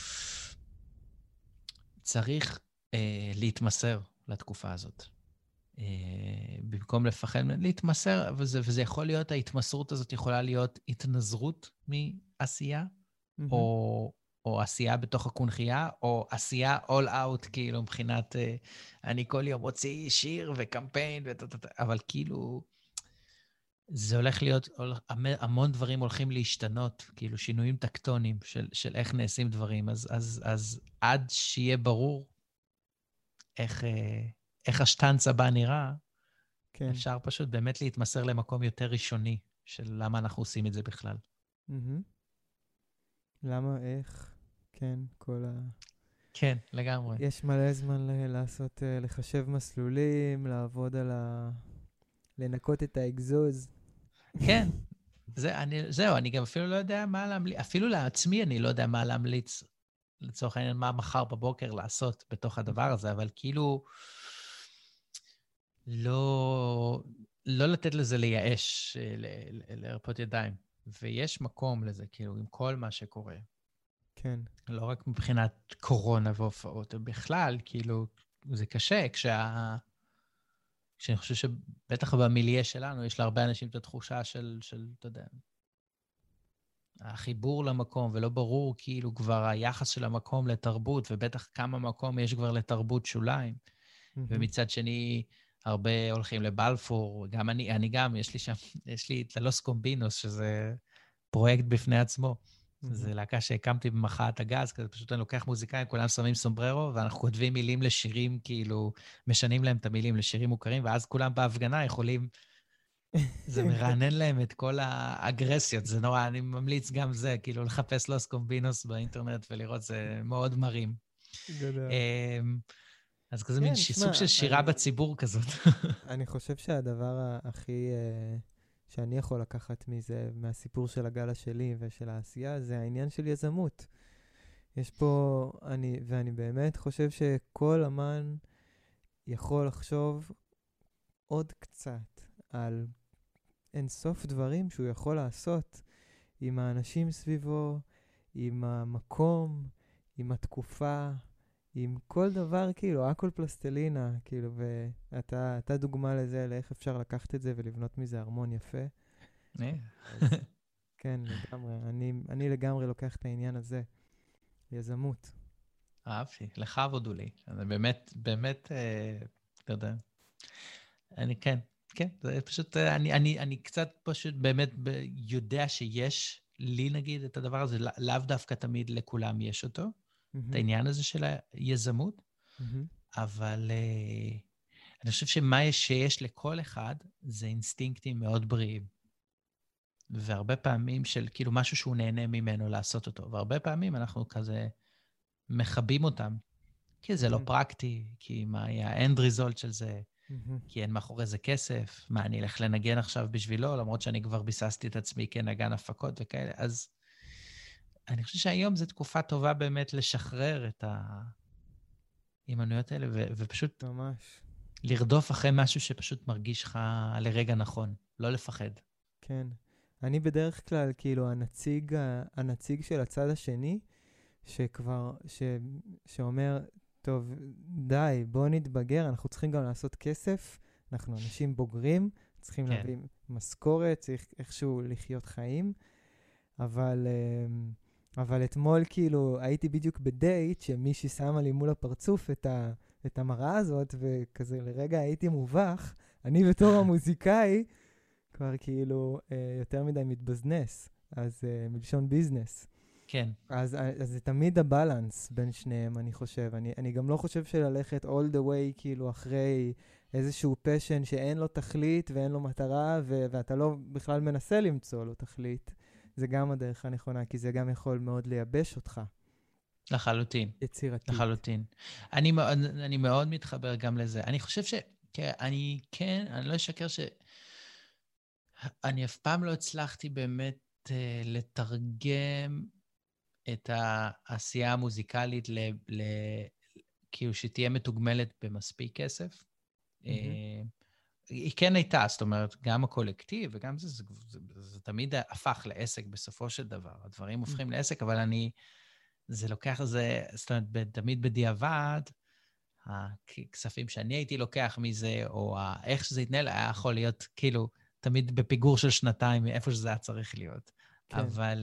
צריך להתמסר לתקופה הזאת. במקום לפחד, להתמסר, וזה יכול להיות, ההתמסרות הזאת יכולה להיות התנזרות מעשייה, או עשייה בתוך הקונחייה, או עשייה all out, כאילו, מבחינת, אני כל יום מוציא שיר וקמפיין, אבל כאילו, זה הולך להיות, המון דברים הולכים להשתנות, כאילו, שינויים טקטונים של איך נעשים דברים, אז עד שיהיה ברור איך השטנץ הבא נראה, כן. אפשר פשוט באמת להתמסר למקום יותר ראשוני, של למה אנחנו עושים את זה בכלל. למה, איך, כן, כל כן, לגמרי. יש מלא זמן לעשות, לחשב מסלולים, לעבוד על לנקות את האגזוז. כן, זהו, אני גם אפילו לא יודע מה להמליץ, אפילו לעצמי אני לא יודע מה להמליץ, לצורך העניין, מה מחר בבוקר לעשות בתוך הדבר הזה, אבל כאילו, לא לתת לזה לייאש, להרפות ידיים. ויש מקום לזה, כאילו, עם כל מה שקורה. כן. לא רק מבחינת קורונה והופעות, בכלל, כאילו, זה קשה, כשאני חושב שבטח במיליה שלנו, יש להרבה אנשים את התחושה של, אתה יודע, החיבור למקום, ולא ברור כאילו כבר היחס של המקום לתרבות, ובטח כמה מקום יש כבר לתרבות שוליים. ומצד שני, הרבה הולכים לבלפור, גם אני גם, יש לי את ללוס קומבינוס, שזה פרויקט בפני עצמו. זה להקה שהקמתי במחאת הגז, כזה פשוט אני לוקח מוזיקאים, כולם שמים סומבררו, ואנחנו כותבים מילים לשירים, כאילו, משנים להם את המילים לשירים מוכרים, ואז כולם בהפגנה יכולים, זה מרענן להם את כל האגרסיות, זה נורא, אני ממליץ גם זה, כאילו, לחפש לוס קומבינוס באינטרנט ולראות, זה מאוד מרים. גדול. אז כזה מין סוג של שירה בציבור כזאת. אני חושב שהדבר הכי שאני יכול לקחת מזה, מהסיפור של הגל השלי ושל העשייה, זה העניין של יזמות. יש פה, ואני באמת חושב שכל אמן יכול לחשוב עוד קצת על אינסוף דברים שהוא יכול לעשות עם האנשים סביבו, עם המקום, עם התקופה, עם כל דבר, כאילו, הכל פלסטלינה, כאילו, ואתה דוגמה לזה, לאיך אפשר לקחת את זה ולבנות מזה הרמון יפה. כן, לגמרי. אני לגמרי לוקח את העניין הזה. יזמות. אהבתי, לך עבודו לי. אני באמת, אתה יודע. כן, זה פשוט, אני קצת פשוט באמת יודע שיש לי, נגיד, את הדבר הזה, לאו דווקא תמיד לכולם יש אותו. את העניין הזה של היזמות, אבל אני חושב שמה שיש לכל אחד זה אינסטינקטים מאוד בריאים. והרבה פעמים של כאילו משהו שהוא נהנה ממנו לעשות אותו, והרבה פעמים אנחנו כזה מחבים אותם, כי זה לא פרקטי, כי מה היה האנד ריזולט של זה, כי אין מאחורי זה כסף. מה, אני אלך לנגן עכשיו בשבילו, למרות שאני כבר ביססתי את עצמי כנגן הפקות וכאלה. אז אני חושב שהיום זו תקופה טובה באמת לשחרר את האימנויות האלה, ופשוט ממש. לרדוף אחרי משהו שפשוט מרגיש לך לרגע נכון, לא לפחד. כן. אני בדרך כלל, כאילו, הנציג של הצד השני, שאומר, טוב, די, בוא נתבגר, אנחנו צריכים גם לעשות כסף, אנחנו אנשים בוגרים, צריכים להביא משכורת, צריך איכשהו לחיות חיים, אבל אתמול, כאילו, הייתי בדיוק בדייט, שמישהי שמה לי מול הפרצוף את המראה הזאת, וכזה לרגע הייתי מובך, אני בתור המוזיקאי, כבר כאילו יותר מדי מתבזנס, אז מלשון ביזנס. כן. אז זה תמיד הבלנס בין שניהם, אני חושב. אני גם לא חושב שללכת all the way, כאילו, אחרי איזשהו פשן שאין לו תכלית ואין לו מטרה, ואתה לא בכלל מנסה למצוא לו תכלית. זה גם הדרך הנכונה, כי זה גם יכול מאוד לייבש אותך. לחלוטין. יצירתית. לחלוטין. אני מאוד מתחבר גם לזה. אני חושב אני לא אשקר אני אף פעם לא הצלחתי באמת לתרגם את העשייה המוזיקלית כאילו שתהיה מתוגמלת במספיק כסף. היא כן הייתה, זאת אומרת, גם הקולקטיב וגם זה תמיד הפך לעסק בסופו של דבר. הדברים הופכים לעסק, אבל זה לוקח, זאת אומרת, תמיד בדיעבד, הכספים שאני הייתי לוקח מזה, או איך שזה יתנהל, היה יכול להיות כאילו תמיד בפיגור של שנתיים מאיפה שזה היה צריך להיות. כן.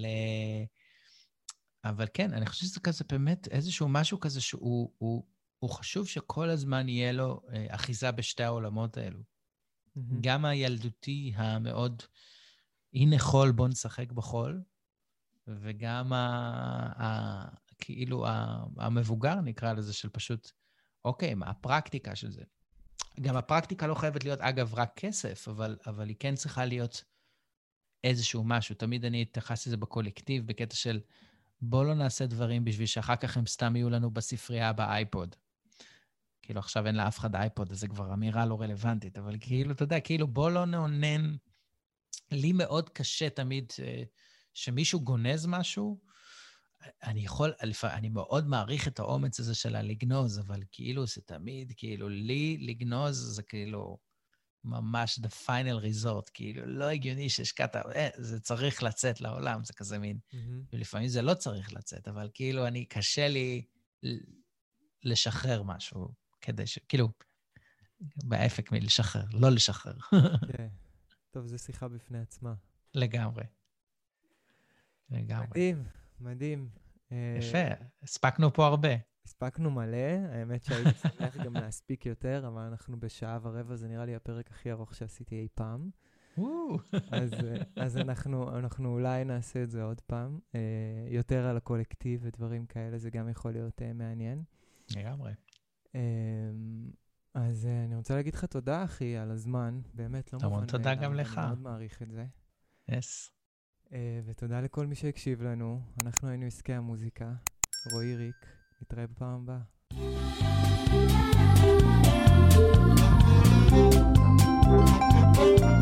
אבל כן, אני חושב שזה כזה באמת איזשהו משהו כזה שהוא חשוב שכל הזמן יהיה לו אחיזה בשתי העולמות האלו. גם הילדותי המאוד, הנה חול, בוא נשחק בחול, וגם כאילו המבוגר נקרא לזה של פשוט, אוקיי, מה הפרקטיקה של זה? גם הפרקטיקה לא חייבת להיות, אגב, רק כסף, אבל היא כן צריכה להיות איזשהו משהו. תמיד אני אתייחס לזה בקולקטיב, בקטע של בוא לא נעשה דברים בשביל שאחר כך הם סתם יהיו לנו בספרייה באייפוד. כאילו עכשיו אין לאף אחד אייפוד, אז זה כבר אמירה לא רלוונטית, אבל כאילו, אתה יודע, כאילו בוא לא נעונן. לי מאוד קשה תמיד שמישהו גונז משהו, אני מאוד מעריך את האומץ הזה שלה לגנוז, אבל כאילו זה תמיד, כאילו לי לגנוז זה כאילו ממש the final resort, כאילו לא הגיוני שהשקעת, זה צריך לצאת לעולם, זה כזה מין, ולפעמים זה לא צריך לצאת, אבל כאילו קשה לי לשחרר משהו, כדי כאילו, בהפק מלשחרר, לא לשחרר. כן, טוב, זו שיחה בפני עצמה. לגמרי. מדהים, מדהים. יפה, הספקנו פה הרבה. הספקנו מלא, האמת שהייתי שמח גם להספיק יותר, אבל אנחנו בשעה ורבע, זה נראה לי הפרק הכי ארוך שעשיתי אי פעם. אז אנחנו אולי נעשה את זה עוד פעם, יותר על הקולקטיב ודברים כאלה, זה גם יכול להיות מעניין. לגמרי. אז אני רוצה להגיד לך תודה, אחי, על הזמן, באמת לא מובן מאליו. תודה גם לך. אני מאוד מעריך את זה. Yes. ותודה לכל מי שהקשיב לנו. אנחנו היינו עסקי המוזיקה. רועי ריק. נתראה בפעם הבאה.